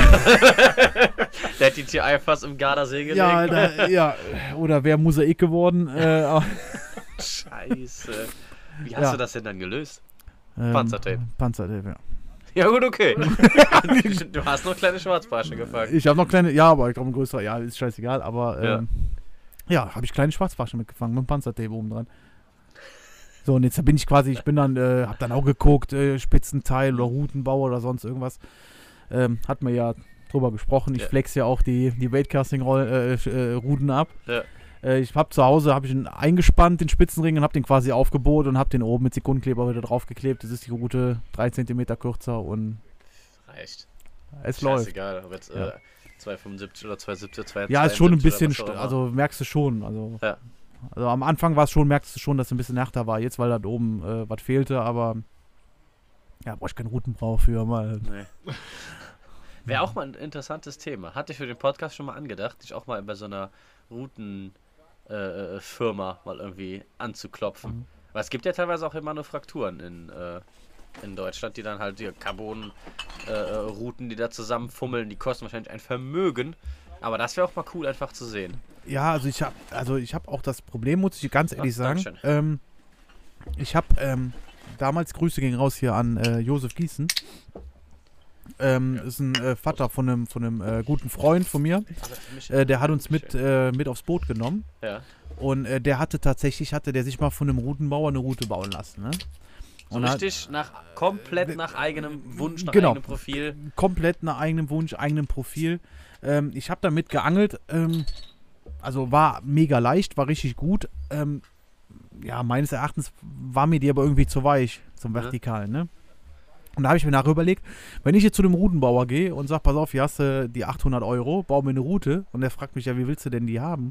Speaker 3: Der hat die T I fast im Gardasee gelegt.
Speaker 2: ja, da, ja, oder wäre Mosaik geworden. Äh, aber,
Speaker 3: Scheiße. Wie hast
Speaker 2: Ja.
Speaker 3: du das denn dann gelöst?
Speaker 2: ähm,
Speaker 3: Panzertape.
Speaker 2: Panzertape, ja.
Speaker 3: Ja gut, okay. Du hast noch kleine Schwarzbarsche gefangen.
Speaker 2: Ich habe noch kleine, ja, aber ich glaube ein größerer, ja, ist scheißegal, aber
Speaker 3: Ja.
Speaker 2: ähm, ja, habe ich kleine Schwarzbarsche mitgefangen mit dem Panzertape oben dran. So, und jetzt bin ich quasi, ich bin dann, äh, hab dann auch geguckt, äh, Spitzenteil oder Routenbau oder sonst irgendwas. Ähm, hat mir ja drüber gesprochen. Ich
Speaker 3: Ja.
Speaker 2: flex ja auch die, die Weightcasting-Ruden ab.
Speaker 3: Ja.
Speaker 2: Äh, ich habe zu Hause, habe ich ihn eingespannt, den Spitzenring, und habe den quasi aufgebohrt und habe den oben mit Sekundenkleber wieder draufgeklebt. Das ist die Route drei Zentimeter kürzer und
Speaker 3: Reicht.
Speaker 2: es läuft.
Speaker 3: Scheißegal, ob jetzt
Speaker 2: Ja.
Speaker 3: äh, zwei fünfundsiebzig oder zwei siebzig, zwei
Speaker 2: Ja, ist schon ein
Speaker 3: zweiundsiebzig
Speaker 2: bisschen,
Speaker 3: oder was
Speaker 2: st-
Speaker 3: auch immer.
Speaker 2: also merkst du schon. Also,
Speaker 3: Ja.
Speaker 2: also am Anfang war es schon, merkst du schon, dass es ein bisschen härter war. Jetzt, weil da oben äh, was fehlte, aber ja, brauche ich keinen Routenbrauch für mal.
Speaker 3: Nee. Wäre auch mal ein interessantes Thema. Hatte ich für den Podcast schon mal angedacht, dich auch mal bei so einer Routenfirma äh, Firma mal irgendwie anzuklopfen.
Speaker 2: Mhm.
Speaker 3: Weil es gibt ja teilweise auch hier Manufakturen in, äh, in Deutschland, die dann halt die Carbon-Routen, die da zusammenfummeln, die kosten wahrscheinlich ein Vermögen. Aber das wäre auch mal cool, einfach zu sehen.
Speaker 2: Ja, also ich habe also ich habe auch das Problem, muss ich ganz ehrlich
Speaker 3: Ach,
Speaker 2: sagen.
Speaker 3: Dankeschön.
Speaker 2: Ähm, ich habe ähm, damals, Grüße gingen raus hier an äh, Josef Gießen. Ähm, ist ein äh, Vater von einem von einem äh, guten Freund von mir. Äh, der hat uns mit, äh, mit aufs Boot genommen.
Speaker 3: Ja.
Speaker 2: Und äh, der hatte tatsächlich, hatte der sich mal von einem Routenbauer eine Route bauen lassen. Ne?
Speaker 3: So
Speaker 2: Und hat
Speaker 3: richtig nach, komplett nach eigenem Wunsch, nach
Speaker 2: Genau.
Speaker 3: eigenem Profil.
Speaker 2: komplett nach eigenem Wunsch, eigenem Profil. Ähm, ich habe damit geangelt. Ähm, also war mega leicht, war richtig gut. Ähm, ja, meines Erachtens war mir die aber irgendwie zu weich zum
Speaker 3: Ja.
Speaker 2: Vertikalen. Ne? Und da habe ich mir nachher überlegt, wenn ich jetzt zu dem Routenbauer gehe und sage, pass auf, hier hast du die achthundert Euro, bau mir eine Route. Und der fragt mich, ja, wie willst du denn die haben?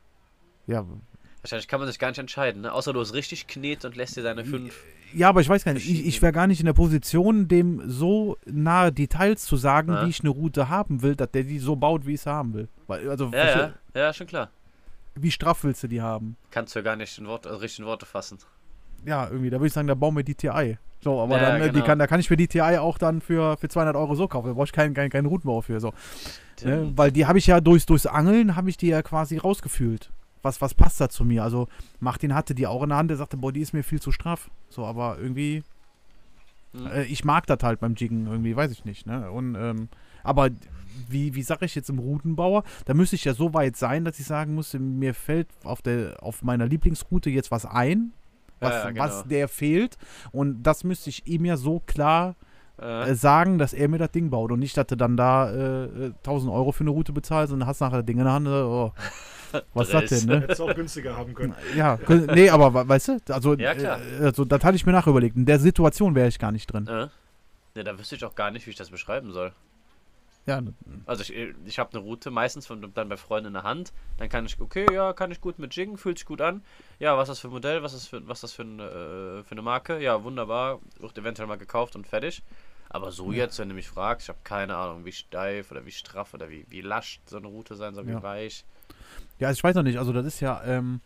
Speaker 2: Ja.
Speaker 3: Wahrscheinlich kann man sich gar nicht entscheiden, ne? Außer du hast richtig knet und lässt dir deine fünf...
Speaker 2: Ja, aber ich weiß gar nicht, ich, ich wäre gar nicht in der Position, dem so nahe Details zu sagen, ja. wie ich eine Route haben will, dass der die so baut, wie ich sie haben will. Also,
Speaker 3: ja, ja, ja, schon klar.
Speaker 2: Wie straff willst du die haben?
Speaker 3: Kannst du ja gar nicht in Wort, also richtig in Worte fassen.
Speaker 2: Ja, irgendwie, da würde ich sagen, da bauen wir die T I. So, aber
Speaker 3: ja,
Speaker 2: dann,
Speaker 3: genau.
Speaker 2: die kann, da kann ich mir die T I auch dann für, für zweihundert Euro so kaufen. Da brauche ich keinen, keinen, keinen Routenbauer für. So. Ne? Weil die habe ich ja durchs, durchs Angeln, habe ich die ja quasi rausgefühlt. Was, was passt da zu mir? Also Martin hatte die auch in der Hand, der sagte, boah, die ist mir viel zu straff. So, aber irgendwie, hm. äh, ich mag das halt beim Jiggen irgendwie, weiß ich nicht. Ne? Und, ähm, aber wie, wie sage ich jetzt im Routenbauer, da müsste ich ja so weit sein, dass ich sagen muss, mir fällt auf, der, auf meiner Lieblingsroute jetzt was ein, was,
Speaker 3: ja, ja, genau.
Speaker 2: was der fehlt. Und das müsste ich ihm ja so klar äh, sagen, dass er mir das Ding baut. Und nicht, dass du dann da äh, tausend Euro für eine Route bezahlst und hast nachher das Ding in der Hand. Oh. Was ist das denn, ne?
Speaker 4: Hättest du auch günstiger haben können.
Speaker 2: Ja, nee, aber weißt du, also,
Speaker 3: ja, klar.
Speaker 2: Äh, also das hatte ich mir nachher überlegt. In der Situation wäre ich gar nicht drin.
Speaker 3: Ja. Ja, da wüsste ich auch gar nicht, wie ich das beschreiben soll.
Speaker 2: Ja.
Speaker 3: Also ich, ich habe eine Route meistens von, dann bei Freunden in der Hand. Dann kann ich, okay, ja, kann ich gut mit jiggen, fühlt sich gut an. Ja, was ist das für ein Modell, was ist für, was ist das für, ein, äh, für eine Marke? Ja, wunderbar, wird eventuell mal gekauft und fertig. Aber so
Speaker 2: ja.
Speaker 3: jetzt, wenn du mich fragst, ich habe keine Ahnung, wie steif oder wie straff oder wie, wie lasch so eine Route sein soll, wie
Speaker 2: ja.
Speaker 3: weich.
Speaker 2: Ja, also ich weiß noch nicht, also das ist ja, ähm,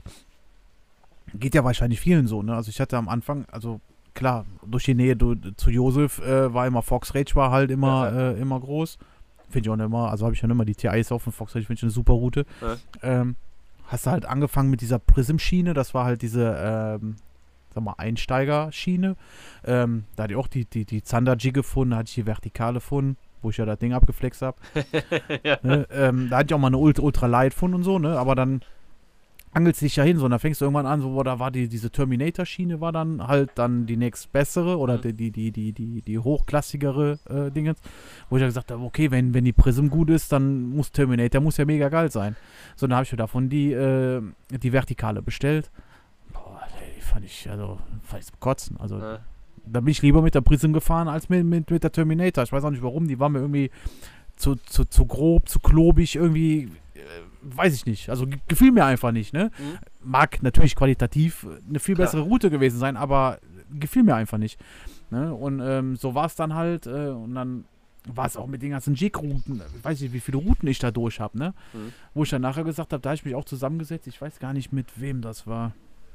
Speaker 2: geht ja wahrscheinlich vielen so, ne? Also ich hatte am Anfang, also klar, durch die Nähe du, zu Josef äh, war immer, Fox Rage war halt immer, ja, äh, immer groß. Finde ich auch nicht immer, also habe ich ja nicht immer die T Is auf dem Fox Rage, finde ich eine super Route. Ja. Ähm, hast du halt angefangen mit dieser Prism-Schiene, das war halt diese, ähm, sag mal, Einsteiger-Schiene. Ähm, da hatte ich auch die, die, die Zander-Jig gefunden, da hatte ich die Vertikale gefunden, wo ich ja das Ding abgeflext habe. ja. ne? ähm, da hatte ich auch mal eine Ultra, Ultra Light gefunden und so, ne? Aber dann angelst du dich ja hin, so, und dann fängst du irgendwann an, so, boah, da war die, diese Terminator-Schiene war dann halt dann die nächst bessere oder mhm. die, die, die, die, die, die hochklassigere äh, Dingens, wo ich ja gesagt habe, okay, wenn, wenn die Prism gut ist, dann muss Terminator, muss ja mega geil sein. So, dann habe ich mir davon die, äh, die Vertikale bestellt. Boah, die fand ich, also, fand ich zum Kotzen, also ja. Da bin ich lieber mit der Prism gefahren als mit, mit, mit der Terminator. Ich weiß auch nicht warum, die war mir irgendwie zu, zu, zu grob, zu klobig, irgendwie, äh, weiß ich nicht. Also gefiel mir einfach nicht, ne? Mhm. Mag natürlich qualitativ eine viel Klar. bessere Route gewesen sein, aber gefiel mir einfach nicht. Ne? Und ähm, so war es dann halt, äh, und dann war es auch mit den ganzen Jig-Routen, ich weiß nicht, wie viele Routen ich da durch habe, ne? Mhm. Wo ich dann nachher gesagt habe, da habe ich mich auch zusammengesetzt, ich weiß gar nicht, mit wem das war.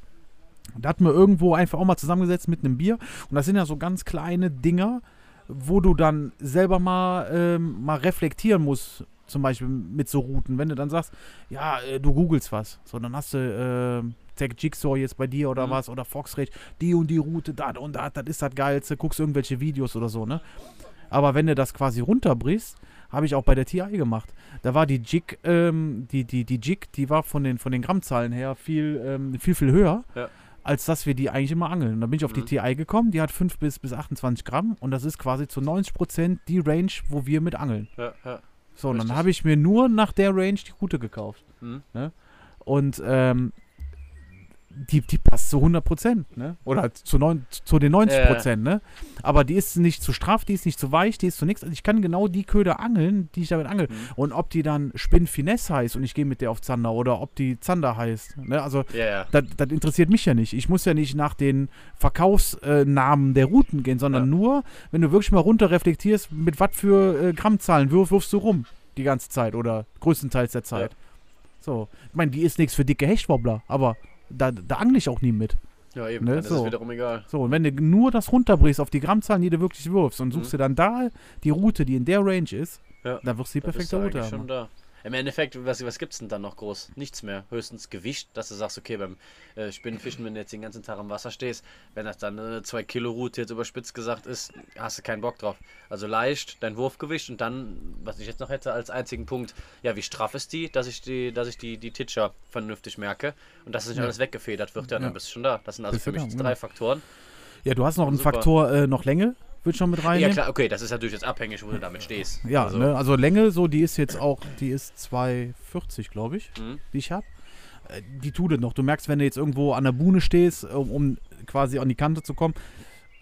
Speaker 2: Da hatten wir irgendwo einfach auch mal zusammengesetzt mit einem Bier. Und das sind ja so ganz kleine Dinger, wo du dann selber mal, ähm, mal reflektieren musst, zum Beispiel mit so Routen. Wenn du dann sagst, ja, äh, du googelst was. So, dann hast du äh, Tech Jigsaw jetzt bei dir oder mhm. was, oder Fox Rage, die und die Route, da und da, das ist das Geilste. Guckst irgendwelche Videos oder so, ne? Aber wenn du das quasi runterbrichst, habe ich auch bei der T I gemacht. Da war die Jig, ähm, die, die, die Jig, die war von den, von den Grammzahlen her viel, ähm, viel, viel höher. Ja. Als dass wir die eigentlich immer angeln. Und dann bin ich auf mhm. die T I gekommen, die hat fünf bis achtundzwanzig Gramm und das ist quasi zu neunzig Prozent die Range, wo wir mit angeln. Ja, ja. So, und dann habe ich mir nur nach der Range die Route gekauft. Mhm. Ne? Und ähm, die, die passt zu hundert Prozent, ne? Oder zu, neun, zu den neunzig Prozent, ja. ne? Aber die ist nicht zu straff, die ist nicht zu weich, die ist zu nichts. Also ich kann genau die Köder angeln, die ich damit angel. Mhm. Und ob die dann Spin Finesse heißt und ich gehe mit der auf Zander oder ob die Zander heißt, ne? Also ja, ja. das, das interessiert mich ja nicht. Ich muss ja nicht nach den Verkaufsnamen der Routen gehen, sondern ja. nur, wenn du wirklich mal runter reflektierst, mit was für äh, Grammzahlen wirf, wirfst du rum die ganze Zeit oder größtenteils der Zeit. Ja. So, ich meine, die ist nichts für dicke Hechtwobbler, aber Da, da angle ich auch nie mit.
Speaker 3: Ja, eben,
Speaker 2: ne?
Speaker 3: dann
Speaker 2: so.
Speaker 3: ist es wiederum egal.
Speaker 2: So, und wenn du nur das runterbrichst auf die Grammzahlen, die du wirklich wirfst und suchst mhm. dir dann da die Route, die in der Range ist, ja. dann wirst du die perfekte Route haben. Schon da.
Speaker 3: Im Endeffekt, was, was gibt es denn dann noch groß? Nichts mehr. Höchstens Gewicht, dass du sagst, okay, beim äh, Spinnenfischen, wenn du jetzt den ganzen Tag im Wasser stehst, wenn das dann eine zwei Kilo Route jetzt überspitzt gesagt ist, hast du keinen Bock drauf. Also leicht, dein Wurfgewicht und dann, was ich jetzt noch hätte als einzigen Punkt, ja, wie straff ist die, dass ich die, dass ich die, die Titscher vernünftig merke und dass es nicht ja. alles weggefedert wird, ja, dann ja. bist du schon da. Das sind also bist für mich da, drei ja. Faktoren.
Speaker 2: Ja, du hast noch einen Super. Faktor äh, noch Länge. Wird schon mit rein.
Speaker 3: Ja klar, okay, das ist natürlich jetzt abhängig, wo du damit stehst.
Speaker 2: Ja, also, ne, also Länge, so, die ist jetzt auch, die ist zwei vierzig, glaube ich, mhm. die ich habe. Äh, die tut es noch. Du merkst, wenn du jetzt irgendwo an der Buhne stehst, um, um quasi an die Kante zu kommen,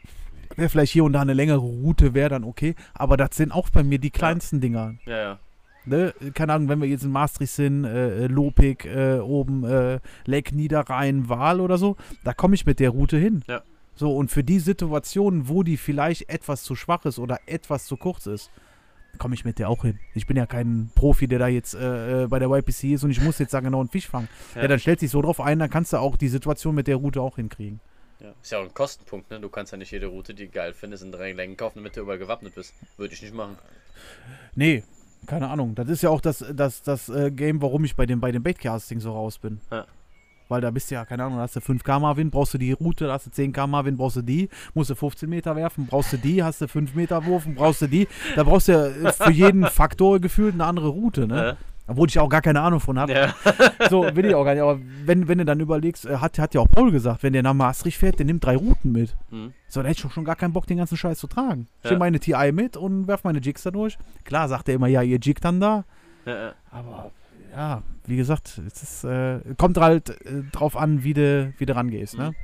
Speaker 2: wäre vielleicht hier und da eine längere Route, wäre dann okay. Aber das sind auch bei mir die kleinsten Dinger.
Speaker 3: Ja, ja.
Speaker 2: Ne? Keine Ahnung, wenn wir jetzt in Maastricht sind, äh, Lopik, äh, oben äh, Lake Niederrhein, Waal oder so, da komme ich mit der Route hin.
Speaker 3: Ja.
Speaker 2: So, und für die Situationen, wo die vielleicht etwas zu schwach ist oder etwas zu kurz ist, komme ich mit der auch hin. Ich bin ja kein Profi, der da jetzt äh, bei der Y P C ist und ich muss jetzt da genau einen Fisch fangen. Ja. ja, dann stellt sich so drauf ein, dann kannst du auch die Situation mit der Route auch hinkriegen.
Speaker 3: Ja. Ist ja auch ein Kostenpunkt, ne? Du kannst ja nicht jede Route, die du geil findest, in drei Längen kaufen, damit du überall gewappnet bist. Würde ich nicht machen.
Speaker 2: Nee, keine Ahnung. Das ist ja auch das, das, das äh, Game, warum ich bei dem, bei dem Baitcasting so raus bin.
Speaker 3: Ja.
Speaker 2: Weil da bist du ja, keine Ahnung, da hast du fünf Kilometer Wind, brauchst du die Route, da hast du zehn Kilometer Wind, brauchst du die, musst du fünfzehn Meter werfen, brauchst du die, hast du fünf Meter Wurf, brauchst du die. Da brauchst du ja für jeden Faktor gefühlt eine andere Route, ne? Ja. Obwohl ich auch gar keine Ahnung von habe. Ja. So, will ich auch gar nicht. Aber wenn, wenn du dann überlegst, hat, hat ja auch Paul gesagt, wenn der nach Maastricht fährt, der nimmt drei Routen mit. Mhm. So, da hätte ich doch schon gar keinen Bock, den ganzen Scheiß zu tragen. Ich ja. nehme meine T I mit und werfe meine Jigs da durch. Klar sagt er immer, ja, ihr jiggt dann da. Ja. Aber ja, wie gesagt, es ist, äh, kommt halt äh, drauf an, wie du wie du rangehst, ne?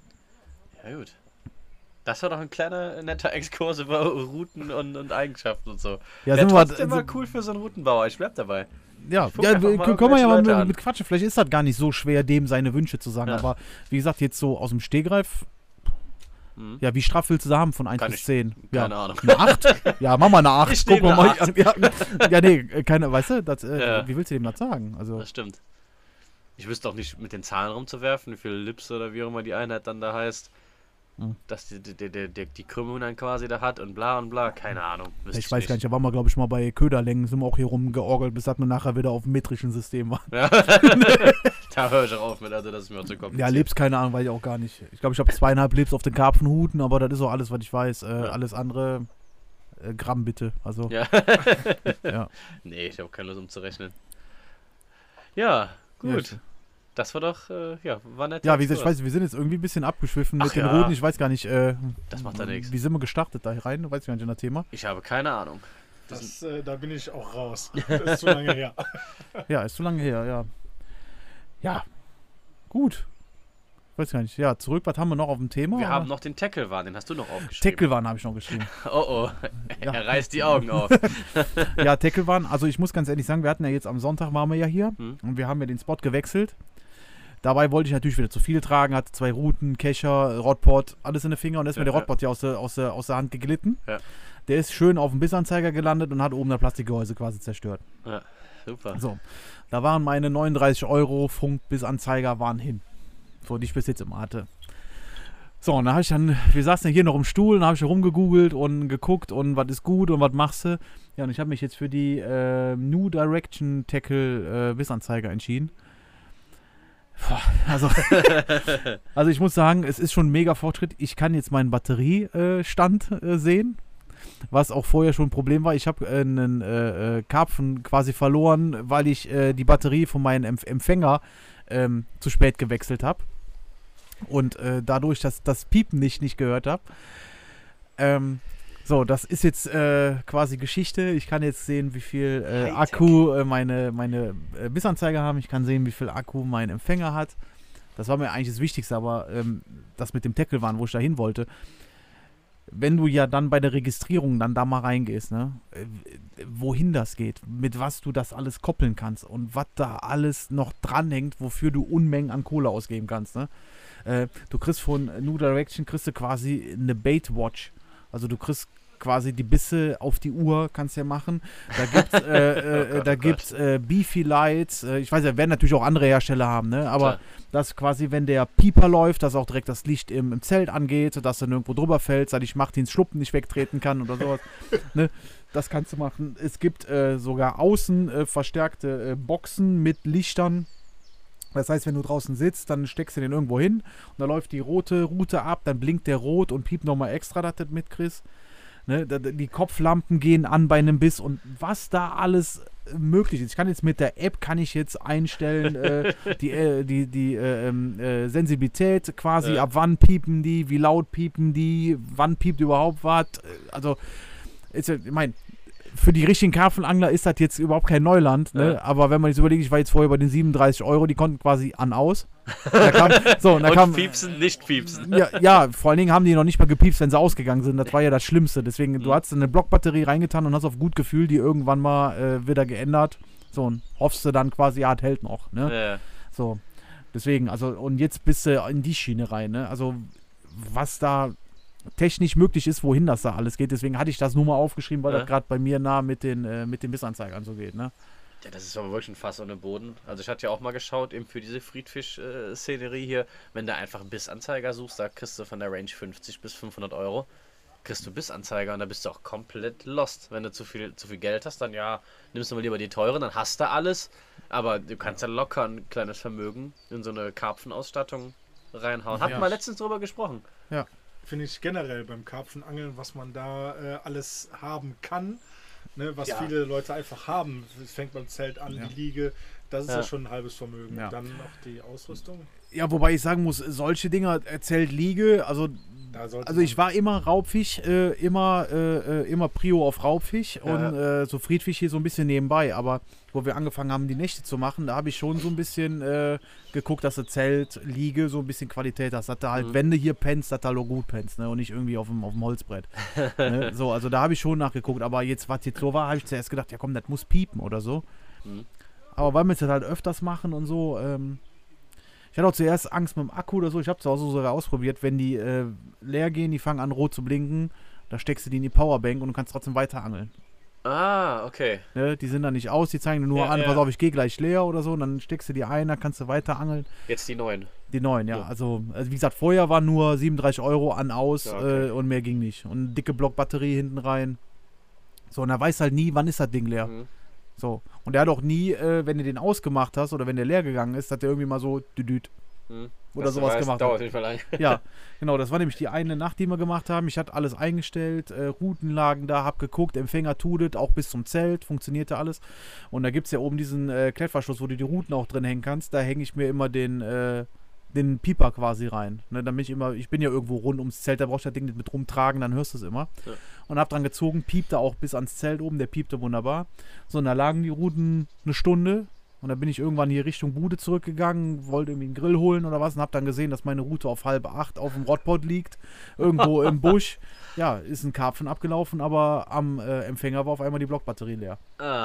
Speaker 3: Ja, gut. Das war doch ein kleiner, netter Exkurs über Routen und, und Eigenschaften und so.
Speaker 2: Ja,
Speaker 3: sind
Speaker 2: wir
Speaker 3: trotzdem mal cool für so einen Routenbauer. Ich bleib dabei.
Speaker 2: Ja, ja wir, können wir ja mal mit, mit quatschen. Vielleicht ist das gar nicht so schwer, dem seine Wünsche zu sagen. Ja. Aber wie gesagt, jetzt so aus dem Stegreif, hm. ja, wie straff willst du da haben von eins
Speaker 3: Kann
Speaker 2: bis
Speaker 3: ich,
Speaker 2: zehn?
Speaker 3: Keine
Speaker 2: ja.
Speaker 3: Ahnung.
Speaker 2: Eine acht? Ja, mach mal eine acht.
Speaker 3: Ich
Speaker 2: Gucken wir
Speaker 3: mal.
Speaker 2: acht. Ja, ja, nee, keine, weißt du, das, äh,
Speaker 3: ja.
Speaker 2: wie willst du dem das sagen? Also,
Speaker 3: das stimmt. Ich wüsste auch nicht, mit den Zahlen rumzuwerfen, wie viele Lips oder wie auch immer die Einheit dann da heißt. Hm. Dass die, die, die, die, die Krümmung dann quasi da hat und bla und bla, keine Ahnung.
Speaker 2: Ich, ich weiß nicht. gar nicht, da waren wir, glaube ich, mal bei Köderlängen, sind wir auch hier rumgeorgelt, bis dass wir nachher wieder auf dem metrischen System waren.
Speaker 3: Ja. Da höre ich auch auf mit, also das ist mir auch zu kompliziert.
Speaker 2: Ja, Lips, keine Ahnung, weiß ich auch gar nicht. Ich glaube, ich habe zweieinhalb Lips auf den Karpfenhuten, aber das ist auch alles, was ich weiß. Äh, ja. Alles andere, äh, Gramm bitte. Also,
Speaker 3: ja.
Speaker 2: ja.
Speaker 3: Nee, ich habe keine Lust umzurechnen. Ja, gut. Ja, das war doch, äh, ja, war nett.
Speaker 2: Ja, wie gesagt, ich weiß, wir sind jetzt irgendwie ein bisschen abgeschwiffen
Speaker 3: Ach
Speaker 2: mit den
Speaker 3: ja.
Speaker 2: Routen. Ich weiß gar nicht, äh,
Speaker 3: das macht ja nichts.
Speaker 2: Wie sind wir gestartet da rein? Weiß ich gar nicht in das Thema.
Speaker 3: Ich habe keine Ahnung.
Speaker 4: Das das, äh, da bin ich auch raus. Das ist zu lange her.
Speaker 2: Ja, ist zu lange her, ja. Ja, gut. Weiß gar nicht. Ja, zurück, was haben wir noch auf dem Thema?
Speaker 3: Wir
Speaker 2: oder?
Speaker 3: haben noch den Tackle-Wahn, den hast du noch aufgeschrieben.
Speaker 2: Tackle-Wahn habe ich noch geschrieben.
Speaker 3: Oh oh,
Speaker 2: ja.
Speaker 3: Er reißt die Augen auf.
Speaker 2: Ja, Tackle-Wahn, also ich muss ganz ehrlich sagen, wir hatten ja jetzt am Sonntag, waren wir ja hier
Speaker 3: hm.
Speaker 2: und wir haben ja den Spot gewechselt. Dabei wollte ich natürlich wieder zu viel tragen, hatte zwei Routen, Kescher, Rodpot, alles in den Finger und ist ja, mir der Rodpot ja aus der, aus, der, aus der Hand geglitten.
Speaker 3: Ja.
Speaker 2: Der ist schön auf dem Bissanzeiger gelandet und hat oben das Plastikgehäuse quasi zerstört.
Speaker 3: Ja, super.
Speaker 2: So, da waren meine neununddreißig Euro Funk-Bissanzeiger waren hin. So, die ich bis jetzt immer hatte. So, und da habe ich dann, wir saßen ja hier noch im Stuhl, und habe ich rumgegoogelt und geguckt und was ist gut und was machst du. Ja, und ich habe mich jetzt für die äh, New Direction Tackle äh, Bissanzeiger entschieden. Also, also ich muss sagen, es ist schon ein mega Fortschritt. Ich kann jetzt meinen Batteriestand äh, sehen, was auch vorher schon ein Problem war. Ich habe äh, einen äh, Karpfen quasi verloren, weil ich äh, die Batterie von meinem Empf- Empfänger ähm, zu spät gewechselt habe und äh, dadurch das, das Piepen nicht, nicht gehört habe. Ähm, so, das ist jetzt äh, quasi Geschichte. Ich kann jetzt sehen, wie viel äh, Akku äh, meine, meine äh, Bissanzeiger haben. Ich kann sehen, wie viel Akku mein Empfänger hat. Das war mir eigentlich das Wichtigste, aber ähm, das mit dem Tackle waren, wo ich da hin wollte. Wenn du ja dann bei der Registrierung dann da mal reingehst, ne, äh, wohin das geht, mit was du das alles koppeln kannst und was da alles noch dranhängt, wofür du Unmengen an Kohle ausgeben kannst, ne. Äh, du kriegst von New Direction kriegst du quasi eine Bait Watch. Also du kriegst quasi die Bisse auf die Uhr, kannst ja machen. Da gibt es äh, äh, da gibt's äh, Beefy Lights. Äh, ich weiß ja, werden natürlich auch andere Hersteller haben, ne? Aber dass quasi, wenn der Pieper läuft, dass auch direkt das Licht im, im Zelt angeht, sodass er nirgendwo drüber fällt, dass ich Martins Schluppen nicht wegtreten kann oder sowas. Ne? Das kannst du machen. Es gibt äh, sogar außen äh, verstärkte äh, Boxen mit Lichtern. Das heißt, wenn du draußen sitzt, dann steckst du den irgendwo hin und da läuft die rote Route ab, dann blinkt der rot und piept nochmal extra, dass du das mitkriegst. Ne, die Kopflampen gehen an bei einem Biss und was da alles möglich ist. Ich kann jetzt mit der App, kann ich jetzt einstellen, äh, die, äh, die, die äh, äh, Sensibilität quasi, ja. Ab wann piepen die, wie laut piepen die, wann piept überhaupt was. Also, ist, ich meine, für die richtigen Karpfenangler ist das jetzt überhaupt kein Neuland, ne?
Speaker 3: Ja.
Speaker 2: Aber wenn man jetzt überlegt, ich war jetzt vorher bei den siebenunddreißig Euro, die konnten quasi an aus. Da kam, so, und da
Speaker 3: Und
Speaker 2: kam,
Speaker 3: piepsen, nicht piepsen.
Speaker 2: ja, ja, vor allen Dingen haben die noch nicht mal gepiepst, wenn sie ausgegangen sind. Das war ja das Schlimmste. Deswegen, du
Speaker 3: Mhm.
Speaker 2: hast eine Blockbatterie reingetan und hast auf gut Gefühl die irgendwann mal äh, wieder geändert. So, und hoffst du dann quasi, ja, das hält noch, ne?
Speaker 3: Ja, ja.
Speaker 2: So, deswegen, also, und jetzt bist du in die Schiene rein, ne? Also, was da technisch möglich ist, wohin das da alles geht. Deswegen hatte ich das nur mal aufgeschrieben, weil
Speaker 3: Ja.
Speaker 2: das gerade bei mir nah mit den, äh, mit den Bissanzeigern so geht, ne?
Speaker 3: Ja, das ist aber wirklich ein Fass ohne Boden. Also ich hatte ja auch mal geschaut, eben für diese Friedfisch-Szenerie hier, wenn du einfach einen Bissanzeiger suchst, da kriegst du von der Range fünfzig bis fünfhundert Euro, kriegst du Bissanzeiger und da bist du auch komplett lost. Wenn du zu viel, zu viel Geld hast, dann ja, nimmst du mal lieber die teuren, dann hast du alles, aber du kannst ja locker ein kleines Vermögen in so eine Karpfenausstattung reinhauen. Hatten
Speaker 2: Ja.
Speaker 3: wir letztens drüber gesprochen.
Speaker 2: Ja.
Speaker 4: Finde ich generell beim Karpfenangeln, was man da äh, alles haben kann, ne, was
Speaker 3: Ja.
Speaker 4: viele Leute einfach haben. Es fängt beim Zelt an,
Speaker 2: Ja.
Speaker 4: die Liege, das ist ja.
Speaker 3: Ja.
Speaker 4: schon ein halbes Vermögen.
Speaker 2: Ja.
Speaker 4: Dann noch die Ausrüstung.
Speaker 2: Ja, wobei ich sagen muss, solche Dinger erzählt Liege, also
Speaker 4: Da sollte
Speaker 2: Also ich
Speaker 4: man-
Speaker 2: war immer Raubfisch, äh, immer, äh, immer Prio auf Raubfisch
Speaker 3: Ja.
Speaker 2: und äh, so Friedfisch hier so ein bisschen nebenbei. Aber wo wir angefangen haben, die Nächte zu machen, da habe ich schon so ein bisschen äh, geguckt, dass das Zelt, Liege, so ein bisschen Qualität hast. Dass du halt,
Speaker 3: Mhm.
Speaker 2: wenn du hier pennst, dass du halt gut pennst, ne? Und nicht irgendwie auf dem, auf dem Holzbrett. ne? So, also da habe ich schon nachgeguckt. Aber jetzt, was jetzt so war, habe ich zuerst gedacht, ja komm, das muss piepen oder so.
Speaker 3: Mhm.
Speaker 2: Aber weil wir es jetzt halt öfters machen und so, ähm, ich hatte auch zuerst Angst mit dem Akku oder so. Ich habe es auch so sogar ausprobiert. Wenn die äh, leer gehen, die fangen an rot zu blinken, da steckst du die in die Powerbank und du kannst trotzdem weiter angeln.
Speaker 3: Ah, okay.
Speaker 2: Ne? Die sind dann nicht aus, die zeigen dir nur
Speaker 3: Ja,
Speaker 2: an,
Speaker 3: ja.
Speaker 2: pass auf, ich gehe gleich leer oder so. Und dann steckst du die ein, dann kannst du weiter angeln.
Speaker 3: Jetzt die neuen.
Speaker 2: Die neuen, ja.
Speaker 3: Ja.
Speaker 2: Also, also wie gesagt, vorher war nur siebenunddreißig Euro an, aus
Speaker 3: Ja, okay.
Speaker 2: äh, und mehr ging nicht. Und eine dicke Blockbatterie hinten rein. So, und er weiß halt nie, wann ist das Ding leer.
Speaker 3: Mhm.
Speaker 2: So. Und er hat auch nie, äh, wenn du den ausgemacht hast oder wenn der leer gegangen ist, hat der irgendwie mal so düdüt
Speaker 3: Mhm.
Speaker 2: oder
Speaker 3: Dass du
Speaker 2: sowas
Speaker 3: weißt,
Speaker 2: gemacht.
Speaker 3: Dauert
Speaker 2: Hat.
Speaker 3: nicht mehr lang.
Speaker 2: Ja, genau, das war nämlich die eine Nacht, die wir gemacht haben. Ich hatte alles eingestellt, äh, Routen lagen da, hab geguckt, Empfänger tutet, auch bis zum Zelt, funktionierte alles. Und da gibt es ja oben diesen äh, Klettverschluss, wo du die Routen auch drin hängen kannst. Da hänge ich mir immer den, äh, den Pieper quasi rein. Ne, damit ich immer, ich bin ja irgendwo rund ums Zelt, da brauchst du das Ding nicht mit rumtragen, dann hörst du es immer.
Speaker 3: Ja.
Speaker 2: Und hab dran gezogen, piepte auch bis ans Zelt oben, der piepte wunderbar. So, und da lagen die Routen eine Stunde. Und dann bin ich irgendwann hier Richtung Bude zurückgegangen, wollte irgendwie einen Grill holen oder was und hab dann gesehen, dass meine Route auf halb acht auf dem Rotpot liegt, irgendwo im Busch. Ja, ist ein Karpfen abgelaufen, aber am äh, Empfänger war auf einmal die Blockbatterie leer.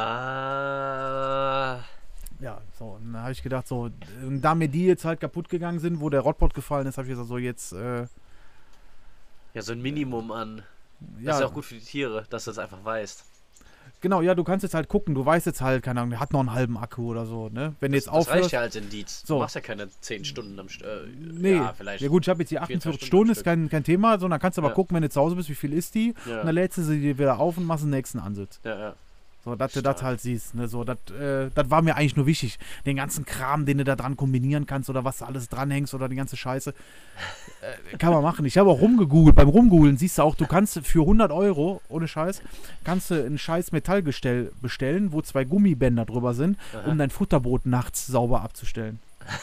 Speaker 3: Ah.
Speaker 2: Ja, so, und dann habe ich gedacht, so, und da mir die jetzt halt kaputt gegangen sind, wo der Rotpot gefallen ist, habe ich gesagt, so jetzt, äh,
Speaker 3: Ja, so ein Minimum an. Das
Speaker 2: ja,
Speaker 3: ist ja auch gut für die Tiere, dass du das einfach weißt.
Speaker 2: genau, ja, du kannst jetzt halt gucken, du weißt jetzt halt, keine Ahnung, der hat noch einen halben Akku oder so, ne? Wenn du
Speaker 3: Das,
Speaker 2: jetzt
Speaker 3: das reicht
Speaker 2: aufhörst.
Speaker 3: ja als Indiz.
Speaker 2: So.
Speaker 3: Du machst ja keine zehn Stunden am St äh,
Speaker 2: Nee,
Speaker 3: ja, vielleicht.
Speaker 2: ja gut, ich habe jetzt die
Speaker 3: vierundzwanzig
Speaker 2: achtundvierzig
Speaker 3: Stunden am
Speaker 2: Stunden, ist
Speaker 3: Stück.
Speaker 2: kein, kein Thema, sondern kannst du aber
Speaker 3: Ja.
Speaker 2: gucken, wenn du zu Hause bist, wie viel ist die,
Speaker 3: Ja.
Speaker 2: und dann lädst du sie dir wieder auf und machst den nächsten Ansitz.
Speaker 3: Ja, ja.
Speaker 2: So, dass du
Speaker 3: Stark.
Speaker 2: das halt siehst, ne, so, das äh, das war mir eigentlich nur wichtig, den ganzen Kram, den du da dran kombinieren kannst oder was du alles dranhängst oder die ganze Scheiße, äh, kann man machen. Ich habe auch rumgegoogelt, beim Rumgoogeln siehst du auch, du kannst für hundert Euro, ohne Scheiß, kannst du ein scheiß Metallgestell bestellen, wo zwei Gummibänder drüber sind,
Speaker 3: Aha.
Speaker 2: um dein Futterbrot nachts sauber abzustellen.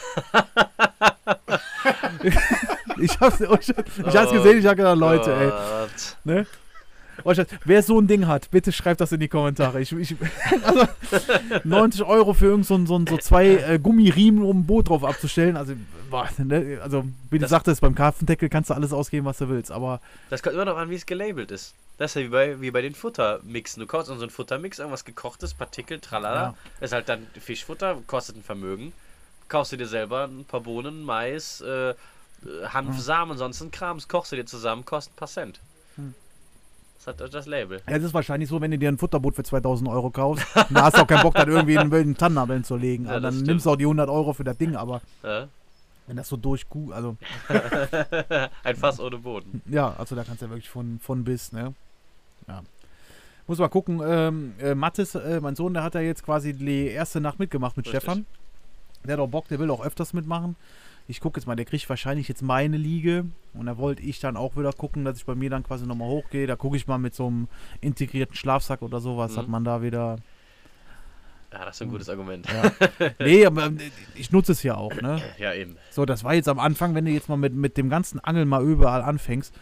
Speaker 2: ich hab's, ich, ich hab's gesehen, ich hab gedacht, Leute, ey.
Speaker 3: Gott.
Speaker 2: Ne? Oh, Schatz, wer so ein Ding hat, bitte schreibt das in die Kommentare. Ich, ich, also neunzig Euro für irgend so, ein- so, ein- so zwei äh, Gummiriemen, um ein Boot drauf abzustellen. Also, boah, ne? Also wie du
Speaker 3: Das-
Speaker 2: sagtest, beim Karpfendeckel kannst du alles ausgeben, was du willst. Aber
Speaker 3: Das kommt immer noch an, wie es gelabelt ist. Das ist ja wie bei, wie bei den Futtermixen. Du kaufst so einen Futtermix, irgendwas gekochtes, Partikel, tralala.
Speaker 2: Ja.
Speaker 3: Ist halt dann Fischfutter, kostet ein Vermögen. Kaufst du dir selber ein paar Bohnen, Mais, äh, äh, Hanf, Samen, sonst ein Krams, kochst du dir zusammen, kostet ein paar Cent.
Speaker 2: Hm.
Speaker 3: Das hat das Label.
Speaker 2: ja, es ist wahrscheinlich so, wenn du dir ein Futterboot für zweitausend Euro kaufst, dann hast du auch keinen Bock, dann irgendwie in wilden Tannennadeln zu legen.
Speaker 3: Ja,
Speaker 2: Aber
Speaker 3: das
Speaker 2: dann
Speaker 3: stimmt.
Speaker 2: nimmst du auch die hundert Euro für das Ding. Aber
Speaker 3: Ja?
Speaker 2: wenn das so durchgu... Also,
Speaker 3: Ein Fass ohne Boden.
Speaker 2: ja, also da kannst du ja wirklich von, von bis, ne? Ja. Muss mal gucken, ähm, äh, Mathis, äh, mein Sohn, der hat ja jetzt quasi die erste Nacht mitgemacht mit
Speaker 3: Richtig.
Speaker 2: Stefan. Der hat auch Bock, der will auch öfters mitmachen. Ich gucke jetzt mal, der kriegt wahrscheinlich jetzt meine Liege. Und da wollte ich dann auch wieder gucken, dass ich bei mir dann quasi nochmal hochgehe. Da gucke ich mal mit so einem integrierten Schlafsack oder sowas,
Speaker 3: Mhm.
Speaker 2: hat man da wieder...
Speaker 3: Ja, das ist ein gutes Argument.
Speaker 2: Ja. Nee, aber äh, ich nutze es ja auch, ne?
Speaker 3: Ja, eben.
Speaker 2: So, das war jetzt am Anfang, wenn du jetzt mal mit, mit dem ganzen Angeln mal überall anfängst,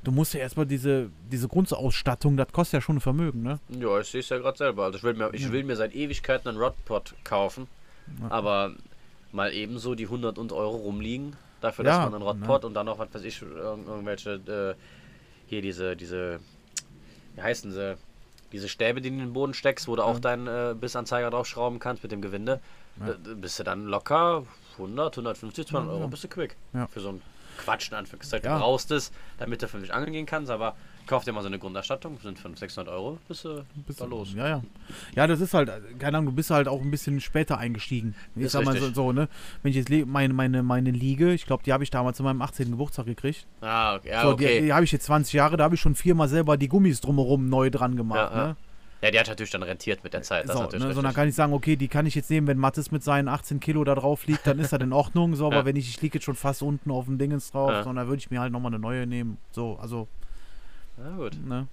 Speaker 2: du musst ja erstmal diese, diese Grundausstattung, das kostet ja schon ein Vermögen, ne?
Speaker 3: Ja, ich sehe es ja gerade selber. Also ich will mir, ich will mir seit Ewigkeiten einen Rodpod kaufen,
Speaker 2: Ja.
Speaker 3: aber mal ebenso die hundert und Euro rumliegen, dafür, dass
Speaker 2: Ja,
Speaker 3: man einen Rodpod und dann noch, was weiß ich, irg irgendwelche, äh, hier diese, diese, wie heißen sie, diese Stäbe, die du in den Boden steckst, wo du auch deinen äh, Bissanzeiger draufschrauben kannst mit dem Gewinde,
Speaker 2: Ja.
Speaker 3: da bist du dann locker hundert, hundertfünfzig, zweihundert
Speaker 2: Ja,
Speaker 3: Euro
Speaker 2: ja.
Speaker 3: bist du quick.
Speaker 2: Ja.
Speaker 3: Für so ein Quatsch in Anführungszeichen.
Speaker 2: Ja.
Speaker 3: Du brauchst es, damit du vernünftig angeln gehen kannst, aber kauf dir mal so eine Grunderstattung, sind fünfhundert, sechshundert Euro, bist du
Speaker 2: Bist
Speaker 3: da
Speaker 2: du-
Speaker 3: los.
Speaker 2: Ja, ja. Ja, das ist halt, keine Ahnung, du bist halt auch ein bisschen später eingestiegen. Ich
Speaker 3: Ist
Speaker 2: sag mal so,
Speaker 3: richtig.
Speaker 2: so, ne? Wenn ich jetzt le- meine, meine, meine Liege, ich glaube, die habe ich damals zu meinem achtzehnten Geburtstag gekriegt.
Speaker 3: Ah, okay. Ja,
Speaker 2: so,
Speaker 3: okay.
Speaker 2: Die, die habe ich jetzt zwanzig Jahre, da habe ich schon viermal selber die Gummis drumherum neu dran gemacht,
Speaker 3: Ja, ja.
Speaker 2: ne?
Speaker 3: Ja, die hat natürlich dann rentiert mit der Zeit. Das
Speaker 2: So,
Speaker 3: ist natürlich
Speaker 2: ne, so, dann
Speaker 3: richtig.
Speaker 2: kann ich sagen, okay, die kann ich jetzt nehmen, wenn Mattes mit seinen achtzehn Kilo da drauf liegt, dann ist das in Ordnung. So, aber
Speaker 3: Ja.
Speaker 2: wenn ich, ich liege jetzt schon fast unten auf dem Dingens drauf,
Speaker 3: Ja.
Speaker 2: so, dann würde ich mir halt nochmal eine neue nehmen. So, also,
Speaker 3: Na gut.
Speaker 2: ne?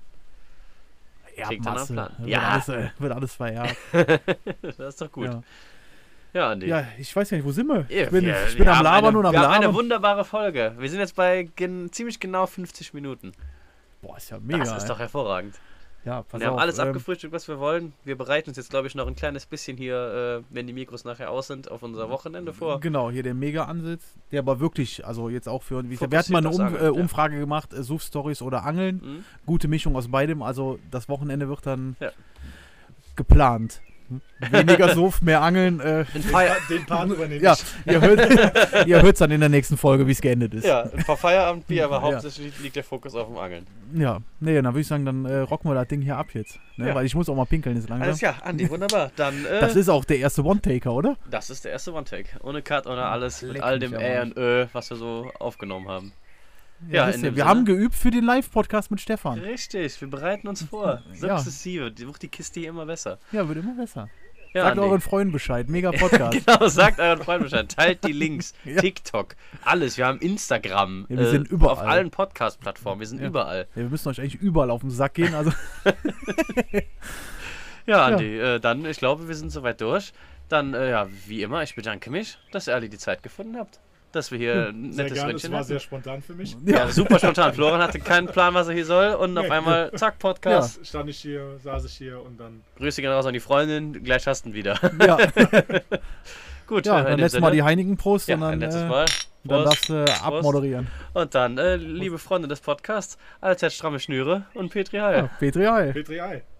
Speaker 3: Klingt nach einem
Speaker 2: Erbmasse.
Speaker 3: Plan.
Speaker 2: Wird,
Speaker 3: Ja.
Speaker 2: alles, äh, wird alles vererbt.
Speaker 3: Das ist doch gut.
Speaker 2: Ja.
Speaker 3: Ja, Andi.
Speaker 2: ja, ich weiß gar nicht, wo sind wir?
Speaker 3: Ja,
Speaker 2: ich bin,
Speaker 3: wir-
Speaker 2: ich bin
Speaker 3: wir
Speaker 2: am
Speaker 3: haben
Speaker 2: Labern
Speaker 3: eine,
Speaker 2: und am
Speaker 3: Wir haben
Speaker 2: Labern.
Speaker 3: eine wunderbare Folge. Wir sind jetzt bei gen ziemlich genau fünfzig Minuten.
Speaker 2: Boah, ist ja mega.
Speaker 3: Das ist
Speaker 2: ey.
Speaker 3: doch hervorragend.
Speaker 2: Ja, pass
Speaker 3: Wir haben
Speaker 2: auf,
Speaker 3: alles
Speaker 2: ähm,
Speaker 3: abgefrühstückt, was wir wollen. Wir bereiten uns jetzt, glaube ich, noch ein kleines bisschen hier, äh, wenn die Mikros nachher aus sind, auf unser Wochenende vor.
Speaker 2: Genau, hier der Mega-Ansitz, der aber wirklich, also jetzt auch für, wie
Speaker 3: Fokussiert
Speaker 2: wir hatten mal eine
Speaker 3: aufs
Speaker 2: um,
Speaker 3: Angeln,
Speaker 2: äh,
Speaker 3: ja.
Speaker 2: Umfrage gemacht, äh, Suff-Stories oder Angeln,
Speaker 3: Mhm.
Speaker 2: gute Mischung aus beidem, also das Wochenende wird dann
Speaker 3: Ja.
Speaker 2: geplant. Hm? Weniger Suff, mehr Angeln. Äh,
Speaker 3: Ein Feier
Speaker 4: Den Part übernehme
Speaker 2: ja,
Speaker 4: ich.
Speaker 2: ihr hört ihr hört's dann in der nächsten Folge, wie es geendet ist.
Speaker 3: ja, ein paar Feierabendbier, aber
Speaker 2: Ja.
Speaker 3: hauptsächlich liegt der Fokus auf dem Angeln.
Speaker 2: Ja, nee, dann würde ich sagen, dann äh, rocken wir das Ding hier ab jetzt. Ne?
Speaker 3: Ja.
Speaker 2: Weil ich muss auch mal pinkeln jetzt langsam.
Speaker 3: Alles klar, Andi, wunderbar. Dann, äh,
Speaker 2: Das ist auch der erste One-Taker, oder?
Speaker 3: das ist der erste One-Take. Ohne Cut, ohne alles, mit
Speaker 2: Leck
Speaker 3: all
Speaker 2: mich
Speaker 3: dem
Speaker 2: am
Speaker 3: Ä
Speaker 2: Arsch.
Speaker 3: und Ö, was wir so aufgenommen haben. Ja,
Speaker 2: wisst
Speaker 3: in
Speaker 2: ihr,
Speaker 3: dem
Speaker 2: wir
Speaker 3: Sinne.
Speaker 2: haben geübt für den Live-Podcast mit Stefan.
Speaker 3: Richtig, wir bereiten uns vor.
Speaker 2: Ja.
Speaker 3: Sukzessive, die wird die Kiste hier immer besser.
Speaker 2: Ja, wird immer besser.
Speaker 3: Ja,
Speaker 2: Sagt
Speaker 3: Andi.
Speaker 2: euren Freunden Bescheid. Mega Podcast.
Speaker 3: Genau, sagt euren Freunden Bescheid. Teilt die Links.
Speaker 2: Ja.
Speaker 3: TikTok. Alles. Wir haben Instagram.
Speaker 2: Ja, wir sind überall.
Speaker 3: Auf allen Podcast-Plattformen. Wir sind
Speaker 2: Ja.
Speaker 3: überall.
Speaker 2: Ja, wir müssen euch eigentlich überall auf den Sack gehen. Also,
Speaker 3: Ja, Andi, Äh, dann, ich glaube, wir sind soweit durch. Dann, äh, ja, wie immer, ich bedanke mich, dass ihr alle die Zeit gefunden habt. Dass wir hier ein
Speaker 4: Sehr
Speaker 3: nettes
Speaker 4: gerne, es
Speaker 3: Ründchen
Speaker 4: war
Speaker 3: hatten.
Speaker 4: sehr spontan für mich.
Speaker 3: Ja,
Speaker 2: ja,
Speaker 3: super spontan. Florian hatte keinen Plan, was er hier soll. Und auf
Speaker 4: Nee.
Speaker 3: einmal, zack, Podcast.
Speaker 4: Stand ich hier, saß ich hier und dann
Speaker 3: Grüße gehen raus an die Freundin. Gleich hast du ihn wieder.
Speaker 2: ja.
Speaker 3: Gut,
Speaker 2: ja
Speaker 3: äh, in
Speaker 2: dann
Speaker 3: dem
Speaker 2: letztes Mal
Speaker 3: Sinne-
Speaker 2: die Heineken-Prost
Speaker 3: Ja,
Speaker 2: und dann,
Speaker 3: ein letztes
Speaker 2: äh,
Speaker 3: Mal.
Speaker 2: dann
Speaker 3: Prost.
Speaker 2: darfst du abmoderieren.
Speaker 3: Und dann, äh, liebe Freunde des Podcasts, allzeit stramme Schnüre und Petri Heil.
Speaker 2: Ja, Petri Heil.
Speaker 4: Petri Ei.